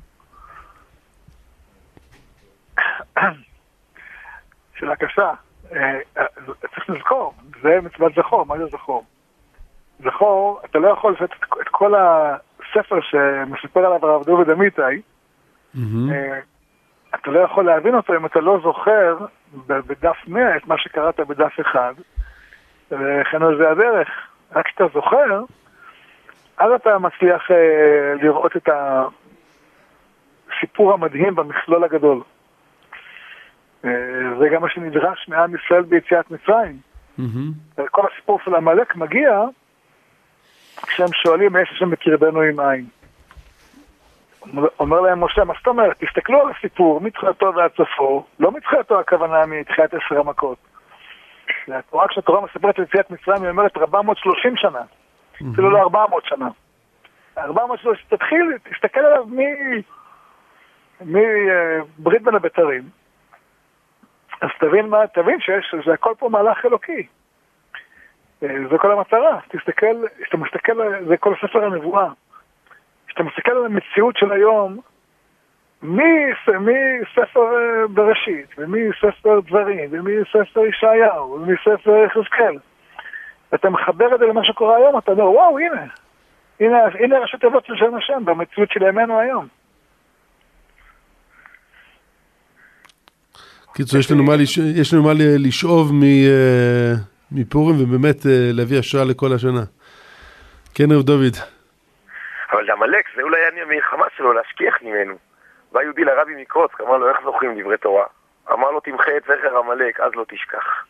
שאלה קשה. צריך לזכור, זה מצוות זכור. מה זה זכור? זכור, אתה לא יכול לעשות את כל הספר שמספר עליו הרב דוד אמיתי, אתה לא יכול להבין אותו אם אתה לא זוכר בדף 100 את מה שקראת בדף 1, וכן על זה הדרך. רק כשאתה זוכר, אז אתה מצליח לראות את הסיפור המדהים במכלול הגדול. זה גם מה שנדרש מעם ישראל ביציאת מצרים. כל הסיפור של עמלק מגיע כשהם שואלים יש השם בקרבנו עם עין. אומר להם משה, מה זאת אומרת? תסתכלו על הסיפור מתחילתו ועד סופו, לא מתחילתו הכוונה מתחילת 10 המכות. התורה כשהתורה מספרת על יציאת מצרים היא אומרת 430 שנה, אפילו לא 400 שנה. 430, תתחיל, תסתכל עליו מברית בין הבתרים. אז תבין שזה הכל פה מהלך אלוקי. זה כל המטרה. כשאתה מסתכל, זה כל ספר הנבואה. כשאתה מסתכל על המציאות של היום, מספר בראשית, ומספר דברים, ומספר ישעיהו, ומספר יחזקאל. ואתה מחבר את זה למה שקורה היום, אתה אומר, וואו, הנה ראשי תיבות של שם השם, במציאות של ימינו היום. קיצור, יש לנו מה לשאוב מפורים, ובאמת להביא השראה לכל השנה. כן, רב דוד. אבל עמלק, זה אולי היה המלחמה שלו, להשכיח ממנו. בא יהודי לרבי מקוצק, אמר לו, איך זוכרים דברי תורה? אמר לו, תמחה את זכר עמלק, אז לא תשכח.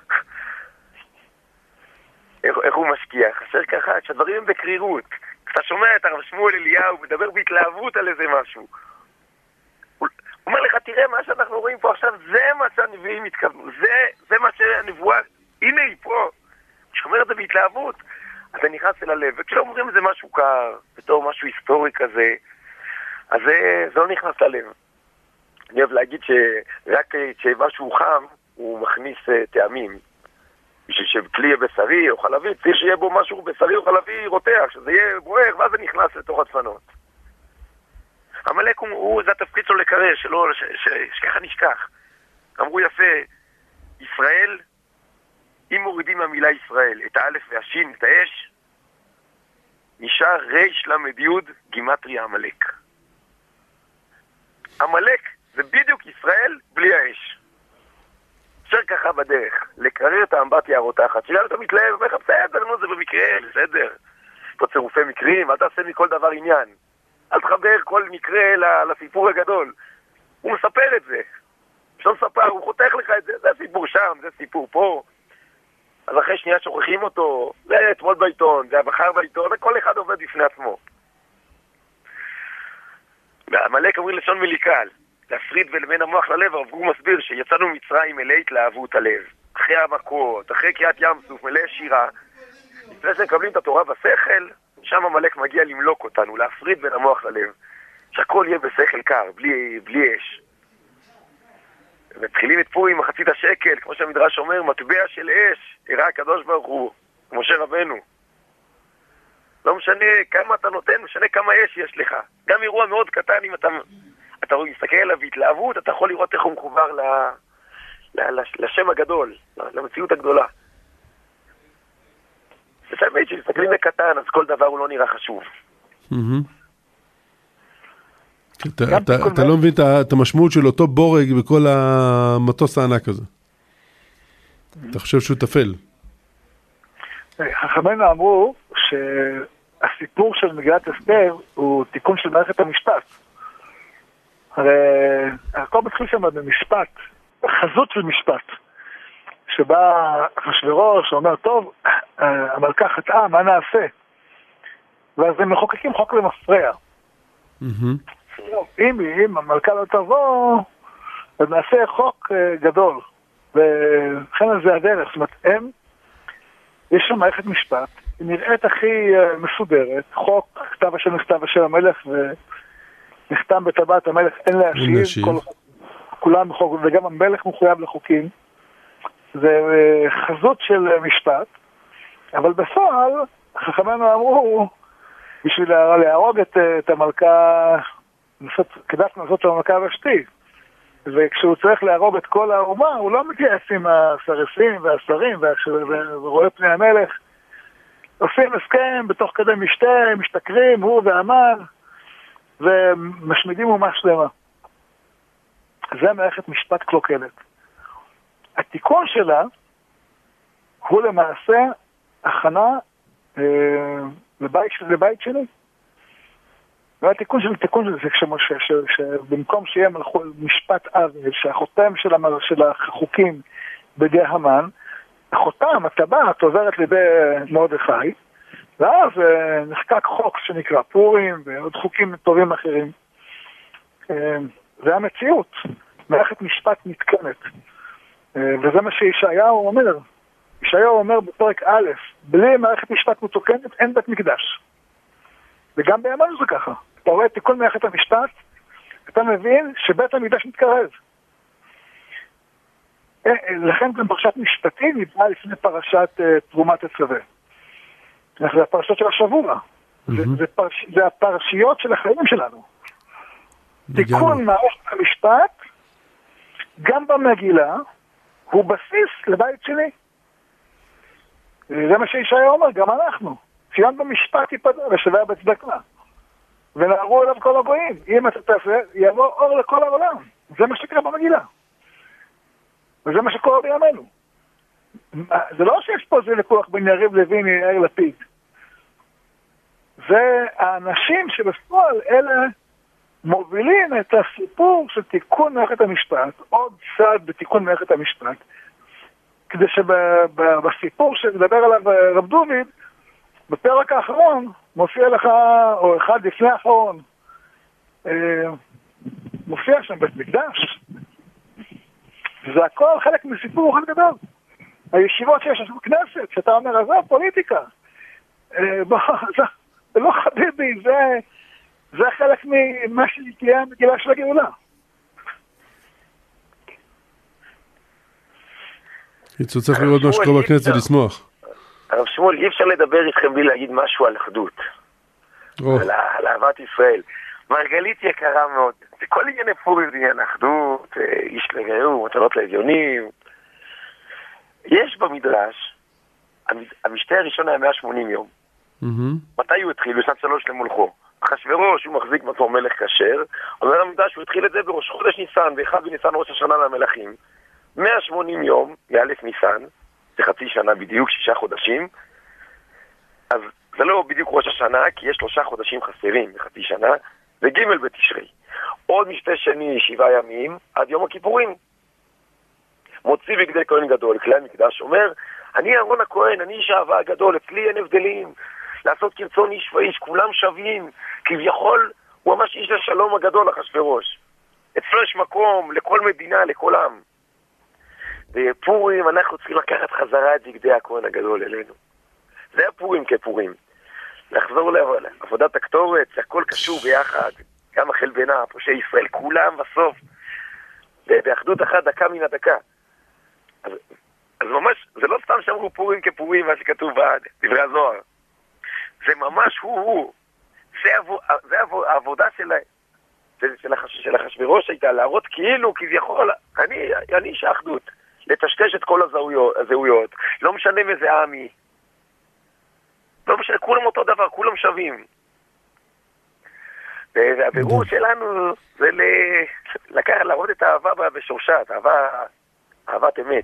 איך הוא משכיח? אשר ככה, שהדברים הם בקרירות. כשאתה שומע את הרב שמואל אליהו, מדבר בהתלהבות על איזה משהו. הוא אומר לך, תראה, מה שאנחנו רואים פה עכשיו, זה מה שהנביאים התכוונו. זה מה שהנבואה, הנה היא פה. כשאומר את זה בהתלהבות, אתה נכנס אל הלב. וכשלא אומרים את זה משהו קר, בתור משהו היסטורי כזה, אז זה לא נכנס ללב. אני אוהב להגיד שרק כשמשהו חם, הוא מכניס טעמים. בשביל שכלי יהיה בשרי או חלבי, צריך שיהיה בו משהו בשרי או חלבי רותח, שזה יהיה בוער, ואז זה נכנס לתוך הדפנות. עמלק זה התפקיד שלו לקרר, שככה נשכח. אמרו יפה, ישראל, אם מורידים מהמילה ישראל את האלף והשין, את האש, נשאר ריש למד יוד גימטריה עמלק. עמלק זה בדיוק ישראל בלי האש. אפשר ככה בדרך, לקרר את האמבטיה הרותחת, שגם אתה מתלהב, אומר לך, בסדר, נו, זה במקרה, בסדר. פה צירופי מקרים, אל תעשה מכל דבר עניין. אל תחבר כל מקרה לסיפור הגדול. הוא מספר את זה. אפשר לספר, הוא חותך לך את זה, זה סיפור שם, זה סיפור פה. אז אחרי שנייה שוכחים אותו, זה אתמול בעיתון, זה מחר בעיתון, כל אחד עובד בפני עצמו. והעמלק אומרים לשון מליקל, להפריד ולבין המוח ללב, הרב גור מסביר שיצאנו מצרים מלא התלהבות הלב. אחרי המכות, אחרי קריאת ים סוף, מלא שירה. לפני שמקבלים את התורה בשכל, שם המלאק מגיע למלוק אותנו, להפריד בין המוח ללב. שהכל יהיה בשכל קר, בלי אש. מתחילים את פורים מחצית השקל, כמו שהמדרש אומר, מטבע של אש, הראה הקדוש ברוך הוא, משה רבנו. לא משנה כמה אתה נותן, משנה כמה אש יש לך. גם אירוע מאוד קטן, אם אתה מסתכל עליו בהתלהבות, אתה יכול לראות איך הוא מחובר לשם הגדול, למציאות הגדולה. ושמת שמסתכלים בקטן, אז כל דבר הוא לא נראה חשוב. אתה לא מבין את המשמעות של אותו בורג בכל המטוס הענק הזה. אתה חושב שהוא תפל. חכמינו אמרו שהסיפור של מגילת אסתר הוא תיקון של מערכת המשפט. הרי הכל מתחיל שם במשפט, חזות של משפט, שבה אחשוורוש אומר, טוב, המלכה חטאה, מה נעשה? ואז הם מחוקקים חוק למפרע. אם המלכה לא תבוא, אז נעשה חוק גדול. וכן זה הדרך. זאת אומרת, יש שם מערכת משפט, היא נראית הכי מסודרת, חוק כתב השם נכתב השם המלך, ונחתם בטבעת המלך, אין להשיב, כולם בחוק, וגם המלך מחויב לחוקים. זה חזות של משפט, אבל בפועל, חכמינו אמרו, בשביל להרוג את המלכה, כדאי לעשות של המלכה ושתי, וכשהוא צריך להרוג את כל האומה, הוא לא מתייעץ עם הסרסים והשרים ורואה פני המלך, עושים הסכם בתוך כדי משתכרים, הוא והמן, ומשמידים אומה שלמה. זה מערכת משפט קלוקלת. התיקון שלה הוא למעשה הכנה לבית שני. והתיקון של זה שבמקום שיהיה משפט אבל, שהחותם של החוקים בידי המן, החותם, הטבעת עוזרת לידי מרדכי, ואז נחקק חוק שנקרא פורים ועוד חוקים טובים אחרים. זה המציאות, מערכת משפט מתקנת. וזה מה שישעיהו אומר. ישעיהו אומר בפרק א', בלי מערכת משפט מתוקנת אין בית מקדש. וגם בימינו זה ככה. אתה רואה תיקון מערכת המשפט, אתה מבין שבית המקדש מתקרב. לכן גם פרשת משפטים נבעה לפני פרשת תרומת הצווה. זה הפרשות של השבוע. זה הפרשיות של החיים שלנו. תיקון מערכת המשפט, גם במגילה, הוא בסיס לבית שלי. זה מה שישעיהו אומר, גם אנחנו. ציון במשפט ייפדה ושווה בצדקה. ונערו אליו כל הגויים. אם אתה תעשה, יבוא אור לכל העולם. זה מה שקרה במגילה. וזה מה שקורה בימינו. זה לא שיש פה זה לקוח בין יריב לוין יאיר לפיד. זה האנשים שבפועל אלה מובילים את הסיפור של תיקון מערכת המשפט, עוד צד בתיקון מערכת המשפט, כדי שבסיפור שמדבר עליו רב דוד, בפרק האחרון מופיע לך, או אחד לפני האחרון, מופיע שם בית מקדש. זה הכל חלק מסיפור אחד גדול. הישיבות שיש לנו כנסת, שאתה אומר, זה הפוליטיקה. זה לא חביבי, זה חלק ממה שתהיה המגילה של הגאולה. צריך לראות מה שקורה בכנסת ולשמוח. הרב שמואל, אי אפשר לדבר איתכם בלי להגיד משהו על אחדות. על אהבת ישראל. מרגלית יקרה מאוד. זה כל ענייני פורים, זה עניין אחדות, איש לרעהו, מתנות לאביונים. יש במדרש, המשתה הראשון היה 180 יום. מתי הוא התחיל? בשנת 3 למולכו. אחשוורוש, הוא מחזיק בעצמו מלך כשר, אומר המדרש שהוא התחיל את זה בראש חודש ניסן, ואחד בניסן ראש השנה למלכים. 180 יום, מאלף ניסן, זה חצי שנה בדיוק, 6 חודשים, אז זה לא בדיוק ראש השנה, כי יש 3 חודשים חסרים בחצי שנה, זה ג' בתשרי. עוד משתה שני 7 ימים, עד יום הכיפורים. מוציא בגדי כהן גדול, כלי המקדש אומר, אני אהרון הכהן, אני איש האהבה הגדול, אצלי אין הבדלים, לעשות כרצון איש ואיש, כולם שווים, כביכול הוא ממש איש השלום הגדול, אחשוורוש. אצלו יש מקום לכל מדינה, לכל עם. בפורים אנחנו צריכים לקחת חזרה את בגדי הכהן הגדול אלינו. זה הפורים כפורים. לחזור לעבודת הקטורת, הכל קשור ביחד, גם החל בינה, פושעי ישראל, כולם בסוף, באחדות אחת דקה מן הדקה. אז ממש, זה לא סתם שאמרו פורים כפורים, מה שכתוב בדברי הזוהר. זה ממש הוא. זה העבודה של אחשוורוש הייתה, להראות כאילו, כביכול, אני איש האחדות, לטשטש את כל הזהויות, לא משנה מאיזה עמי, לא משנה, כולם אותו דבר, כולם שווים. והבירור שלנו זה לקחת, להראות את האהבה בשורשה, את אהבת אמת.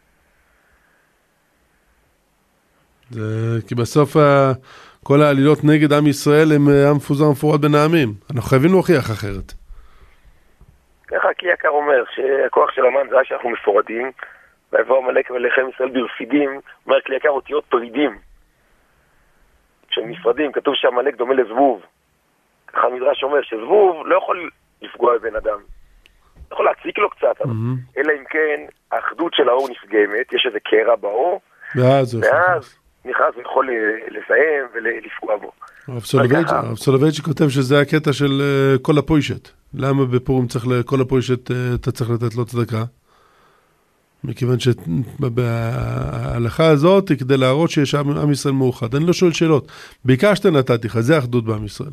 זה כי בסוף כל העלילות נגד עם ישראל הם עם מפוזר מפורד בין העמים. אנחנו חייבים להוכיח אחרת. ככה כי יקר אומר שהכוח של המן זה שאנחנו מפורדים, ויבוא עמלק ולחם ישראל ברפידים, אומר כי יקר אותיות פרידים. כשהם נפרדים, כתוב שהעמלק דומה לזבוב. ככה המדרש אומר שזבוב לא יכול לפגוע בבן אדם. יכול להציק לו קצת, אלא אם כן האחדות של האור נפגמת, יש איזה קרע באור, ואז נכנס ויכול לסיים ולפגוע בו. הרב סולובייצ'יק כותב שזה הקטע של כל הפוישת. למה בפורים צריך לכל הפוישת אתה צריך לתת לו צדקה? מכיוון שבהלכה הזאת כדי להראות שיש עם ישראל מאוחד. אני לא שואל שאלות. בעיקר שאתה נתתי לך, זה האחדות בעם ישראל.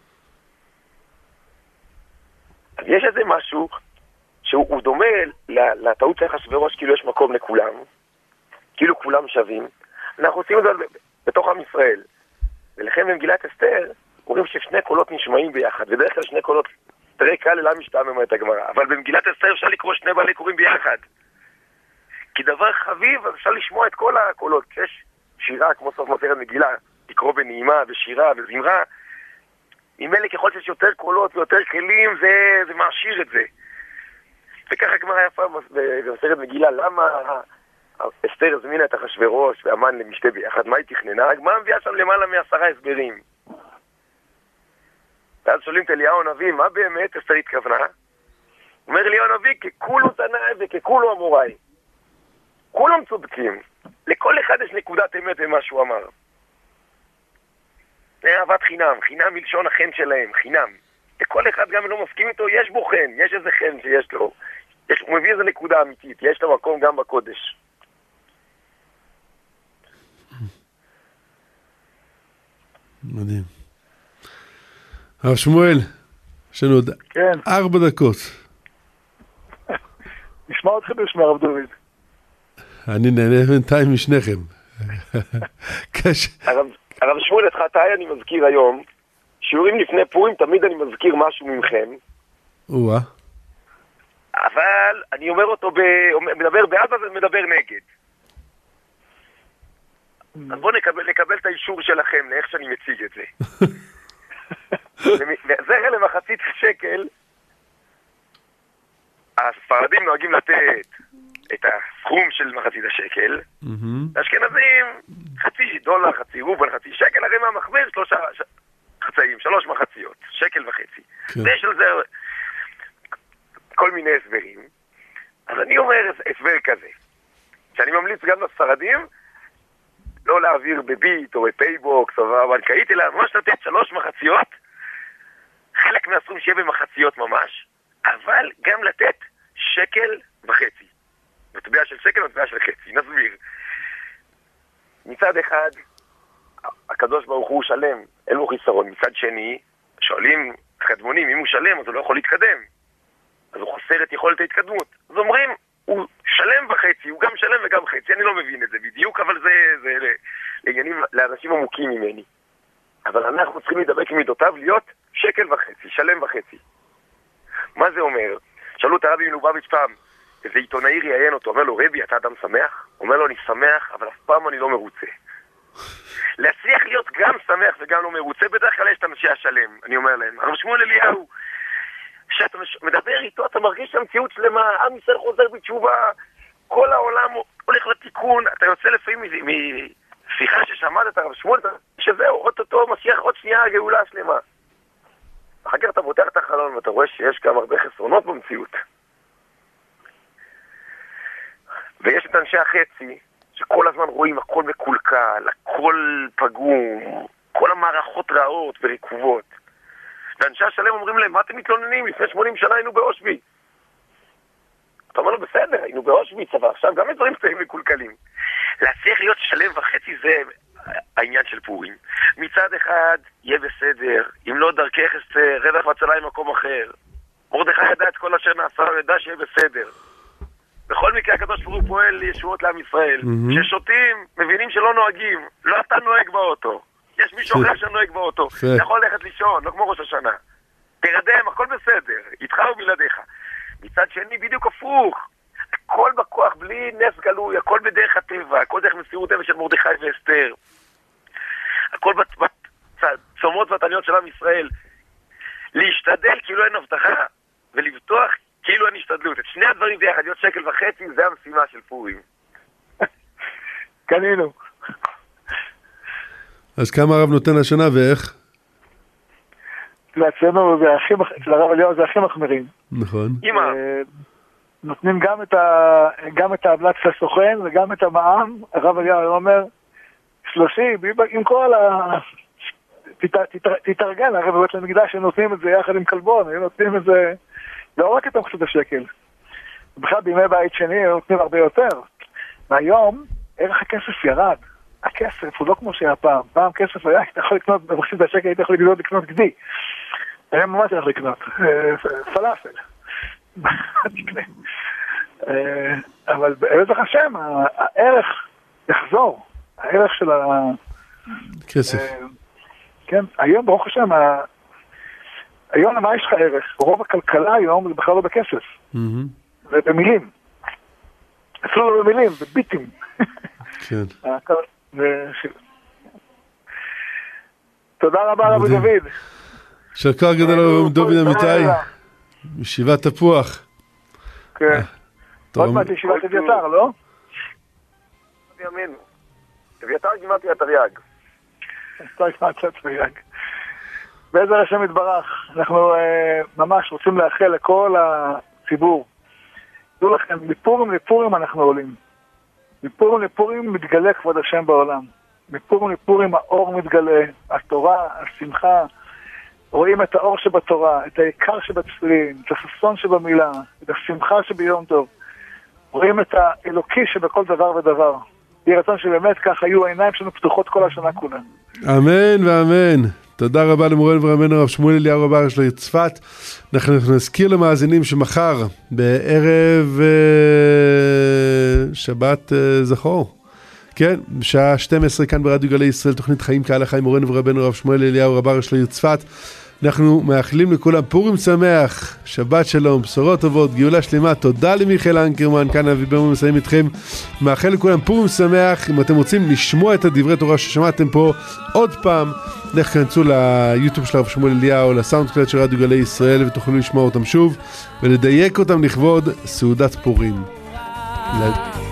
יש איזה משהו שהוא דומה לטעות של אחשוורוש, כאילו יש מקום לכולם, כאילו כולם שווים. אנחנו עושים את זה בתוך עם ישראל. ולכן במגילת אסתר, אומרים ששני קולות נשמעים ביחד, ודרך כלל שני קולות, תראה קל אלה משתעמם את הגמרא, אבל במגילת אסתר אפשר לקרוא שני בעלי קוראים ביחד. כי דבר חביב, אפשר לשמוע את כל הקולות. כשיש שירה, כמו סוף מסכת מגילה, לקרוא בנעימה, בשירה, בזמרה, ממילא ככל שיש יותר קולות ויותר כלים, זה מעשיר את זה. וככה הגמרא יפה במסכת מגילה, למה אסתר הזמינה את אחשוורוש והמן למשתה ביחד, מה היא תכננה? הגמרא מביאה שם למעלה מ10 הסברים. ואז שואלים את אליהו הנביא, מה באמת אסתר התכוונה? אומר אליהו הנביא, ככולו תנאי וככולו אמוראי. כולם צודקים. לכל אחד יש נקודת אמת במה שהוא אמר. זה אהבת חינם, חינם מלשון החן שלהם, חינם. לכל אחד גם לא מסכים איתו, יש בו חן, יש איזה חן שיש לו. הוא מביא איזה נקודה אמיתית, יש לו מקום גם בקודש. מדהים. הרב שמואל, יש לנו עוד 4 דקות. נשמע עוד חידוש מהרב דוד. אני נהנה בינתיים משניכם. הרב שמואל, את חטאי אני מזכיר היום, שיעורים לפני פורים תמיד אני מזכיר משהו ממכם. אבל אני אומר אותו, מדבר בעד ומדבר נגד. אז בואו נקבל את האישור שלכם לאיך שאני מציג את זה. זכר למחצית שקל, הספרדים נוהגים לתת את הסכום של מחצית השקל, האשכנזים $0.50, $0.50, חצי שקל, הרי מהמחמיר 3 חצאים, 3 מחציות, $1.50. ויש על זה כל מיני הסברים. אז אני אומר הסבר כזה, שאני ממליץ גם לספרדים, לא להעביר בביט או בפייבוקס או בבנקאית, אלא ממש לתת 3 מחציות, חלק מהסכום שיהיה במחציות ממש, אבל גם לתת $1.50. מטבע של שקל, מטבע של חצי. נסביר. מצד אחד, הקדוש ברוך הוא שלם, אין לו חיסרון. מצד שני, שואלים קדמונים, אם הוא שלם אז הוא לא יכול להתקדם, אז הוא חוסר את יכולת ההתקדמות. אז אומרים, הוא שלם וחצי, הוא גם שלם וגם חצי, אני לא מבין את זה בדיוק, אבל זה לעניינים, לאנשים עמוקים ממני. אבל אנחנו צריכים לדבק עם מידותיו להיות שקל וחצי, שלם וחצי. מה זה אומר? שאלו את הרבי מלובביץ' פעם, איזה עיתונאי ראיין אותו, אומר לו, רבי, אתה אדם שמח? אומר לו, אני שמח, אבל אף פעם אני לא מרוצה. להצליח להיות גם שמח וגם לא מרוצה, בדרך כלל יש את אנשי השלם, אני אומר להם. הרב שמואל אליהו, כשאתה מדבר איתו, אתה מרגיש שהמציאות שלמה, עם ישראל חוזר בתשובה, כל העולם הולך לתיקון, אתה יוצא לפעמים משיחה ששמעת את הרב שמואל, שזהו, אותו משיח עוד שנייה הגאולה שלמה. אחר כך אתה פותח את החלון ואתה רואה שיש גם הרבה חסרונות במציאות. ויש את אנשי החצי, שכל הזמן רואים הכל מקולקל, הכל פגום, כל המערכות רעות וריקובות. ואנשי השלם אומרים להם, מה אתם מתלוננים? לפני 80 שנה היינו באושוויץ. אתה אומר לו, בסדר, היינו באושוויץ, אבל עכשיו גם דברים קטנים מקולקלים. להצליח להיות שלם וחצי זה העניין של פורים. מצד אחד, יהיה בסדר, אם לא דרכך אסתר, רווח והצלה עם מקום אחר. מרדכי ידע את כל אשר נעשה, ידע שיהיה בסדר. בכל מקרה הקדוש ברוך הוא פועל לישועות לעם ישראל. כששותים, מבינים שלא נוהגים. לא אתה נוהג באוטו. יש מישהו אחר שנוהג באוטו. אתה יכול ללכת לישון, לא כמו ראש השנה. תרדם, הכל בסדר. איתך ובלעדיך. מצד שני, בדיוק הפוך. הכל בכוח, בלי נס גלוי, הכל בדרך הטבע, הכל דרך מסירות טבע של מרדכי ואסתר. הכל בצומות והתעניות של עם ישראל. להשתדל כאילו אין הבטחה, ולבטוח כאילו אין השתדלות. את שני הדברים ביחד, להיות שקל וחצי, זה המשימה של פורים. קנינו. אז כמה הרב נותן לשנה ואיך? אצלנו זה הכי, אצל הרב אליהו זה הכי מחמירים. נכון. נותנים גם את העמלת הסוכן וגם את המע"מ. הרב אליהו אומר, 30, עם כל תתארגן, הרי בבית למקדש הם נותנים את זה יחד עם כלבון, הם נותנים את זה לא רק את המחצות השקל. בכלל בימי בית שני הם נותנים הרבה יותר. והיום ערך הכסף ירד. הכסף הוא לא כמו שהיה פעם. פעם כסף היה, אתה יכול לקנות במחצות השקל, היית יכול לקנות גדי. היום ממש צריך לקנות פלאפל. אבל בעזרת השם הערך יחזור. הערך של כסף. כן, היום ברוך השם, היום למה יש לך ערך? רוב הכלכלה היום זה בכלל לא בכסף. זה במילים. אפילו לא במילים, בביטים. כן. תודה רבה רבי דוד. שרקר גדול הרב דוד אמיתי, ישיבת תפוח. כן. עוד מעט ישיבת אביתר, לא? אביתר גימטרי התרי"ג. בעזר השם יתברך, אנחנו ממש רוצים לאחל לכל הציבור. תדעו לכם, מפורים לפורים אנחנו עולים. מפורים לפורים מתגלה כבוד השם בעולם. מפורים לפורים האור מתגלה, התורה, השמחה. רואים את האור שבתורה, את העיקר שבתפילין, את הששון שבמילה, את השמחה שביום טוב. רואים את האלוקי שבכל דבר ודבר. יהיה רצון שבאמת כך היו העיניים שלנו פתוחות כל השנה כולה. אמן ואמן. תודה רבה למורנו ורבנו הרב שמואל אליהו רב הראשי לעיר צפת. אנחנו נזכיר למאזינים שמחר בערב שבת זכור, כן, בשעה 12 כאן ברדיו גלי ישראל, תוכנית חיים כהלכה עם מורנו ורבנו הרב שמואל אליהו רב הראשי לעיר צפת. אנחנו מאחלים לכולם פורים שמח, שבת שלום, בשורות טובות, גאולה שלמה. תודה למיכאל אנקרמן, כאן אבי ברמן מסיים איתכם. מאחל לכולם פורים שמח. אם אתם רוצים לשמוע את הדברי תורה ששמעתם פה עוד פעם, כנסו ליוטיוב של הרב שמואל אליהו, לסאונד קלאד של רדיו גלי ישראל, ותוכלו לשמוע אותם שוב ולדייק אותם לכבוד סעודת פורים.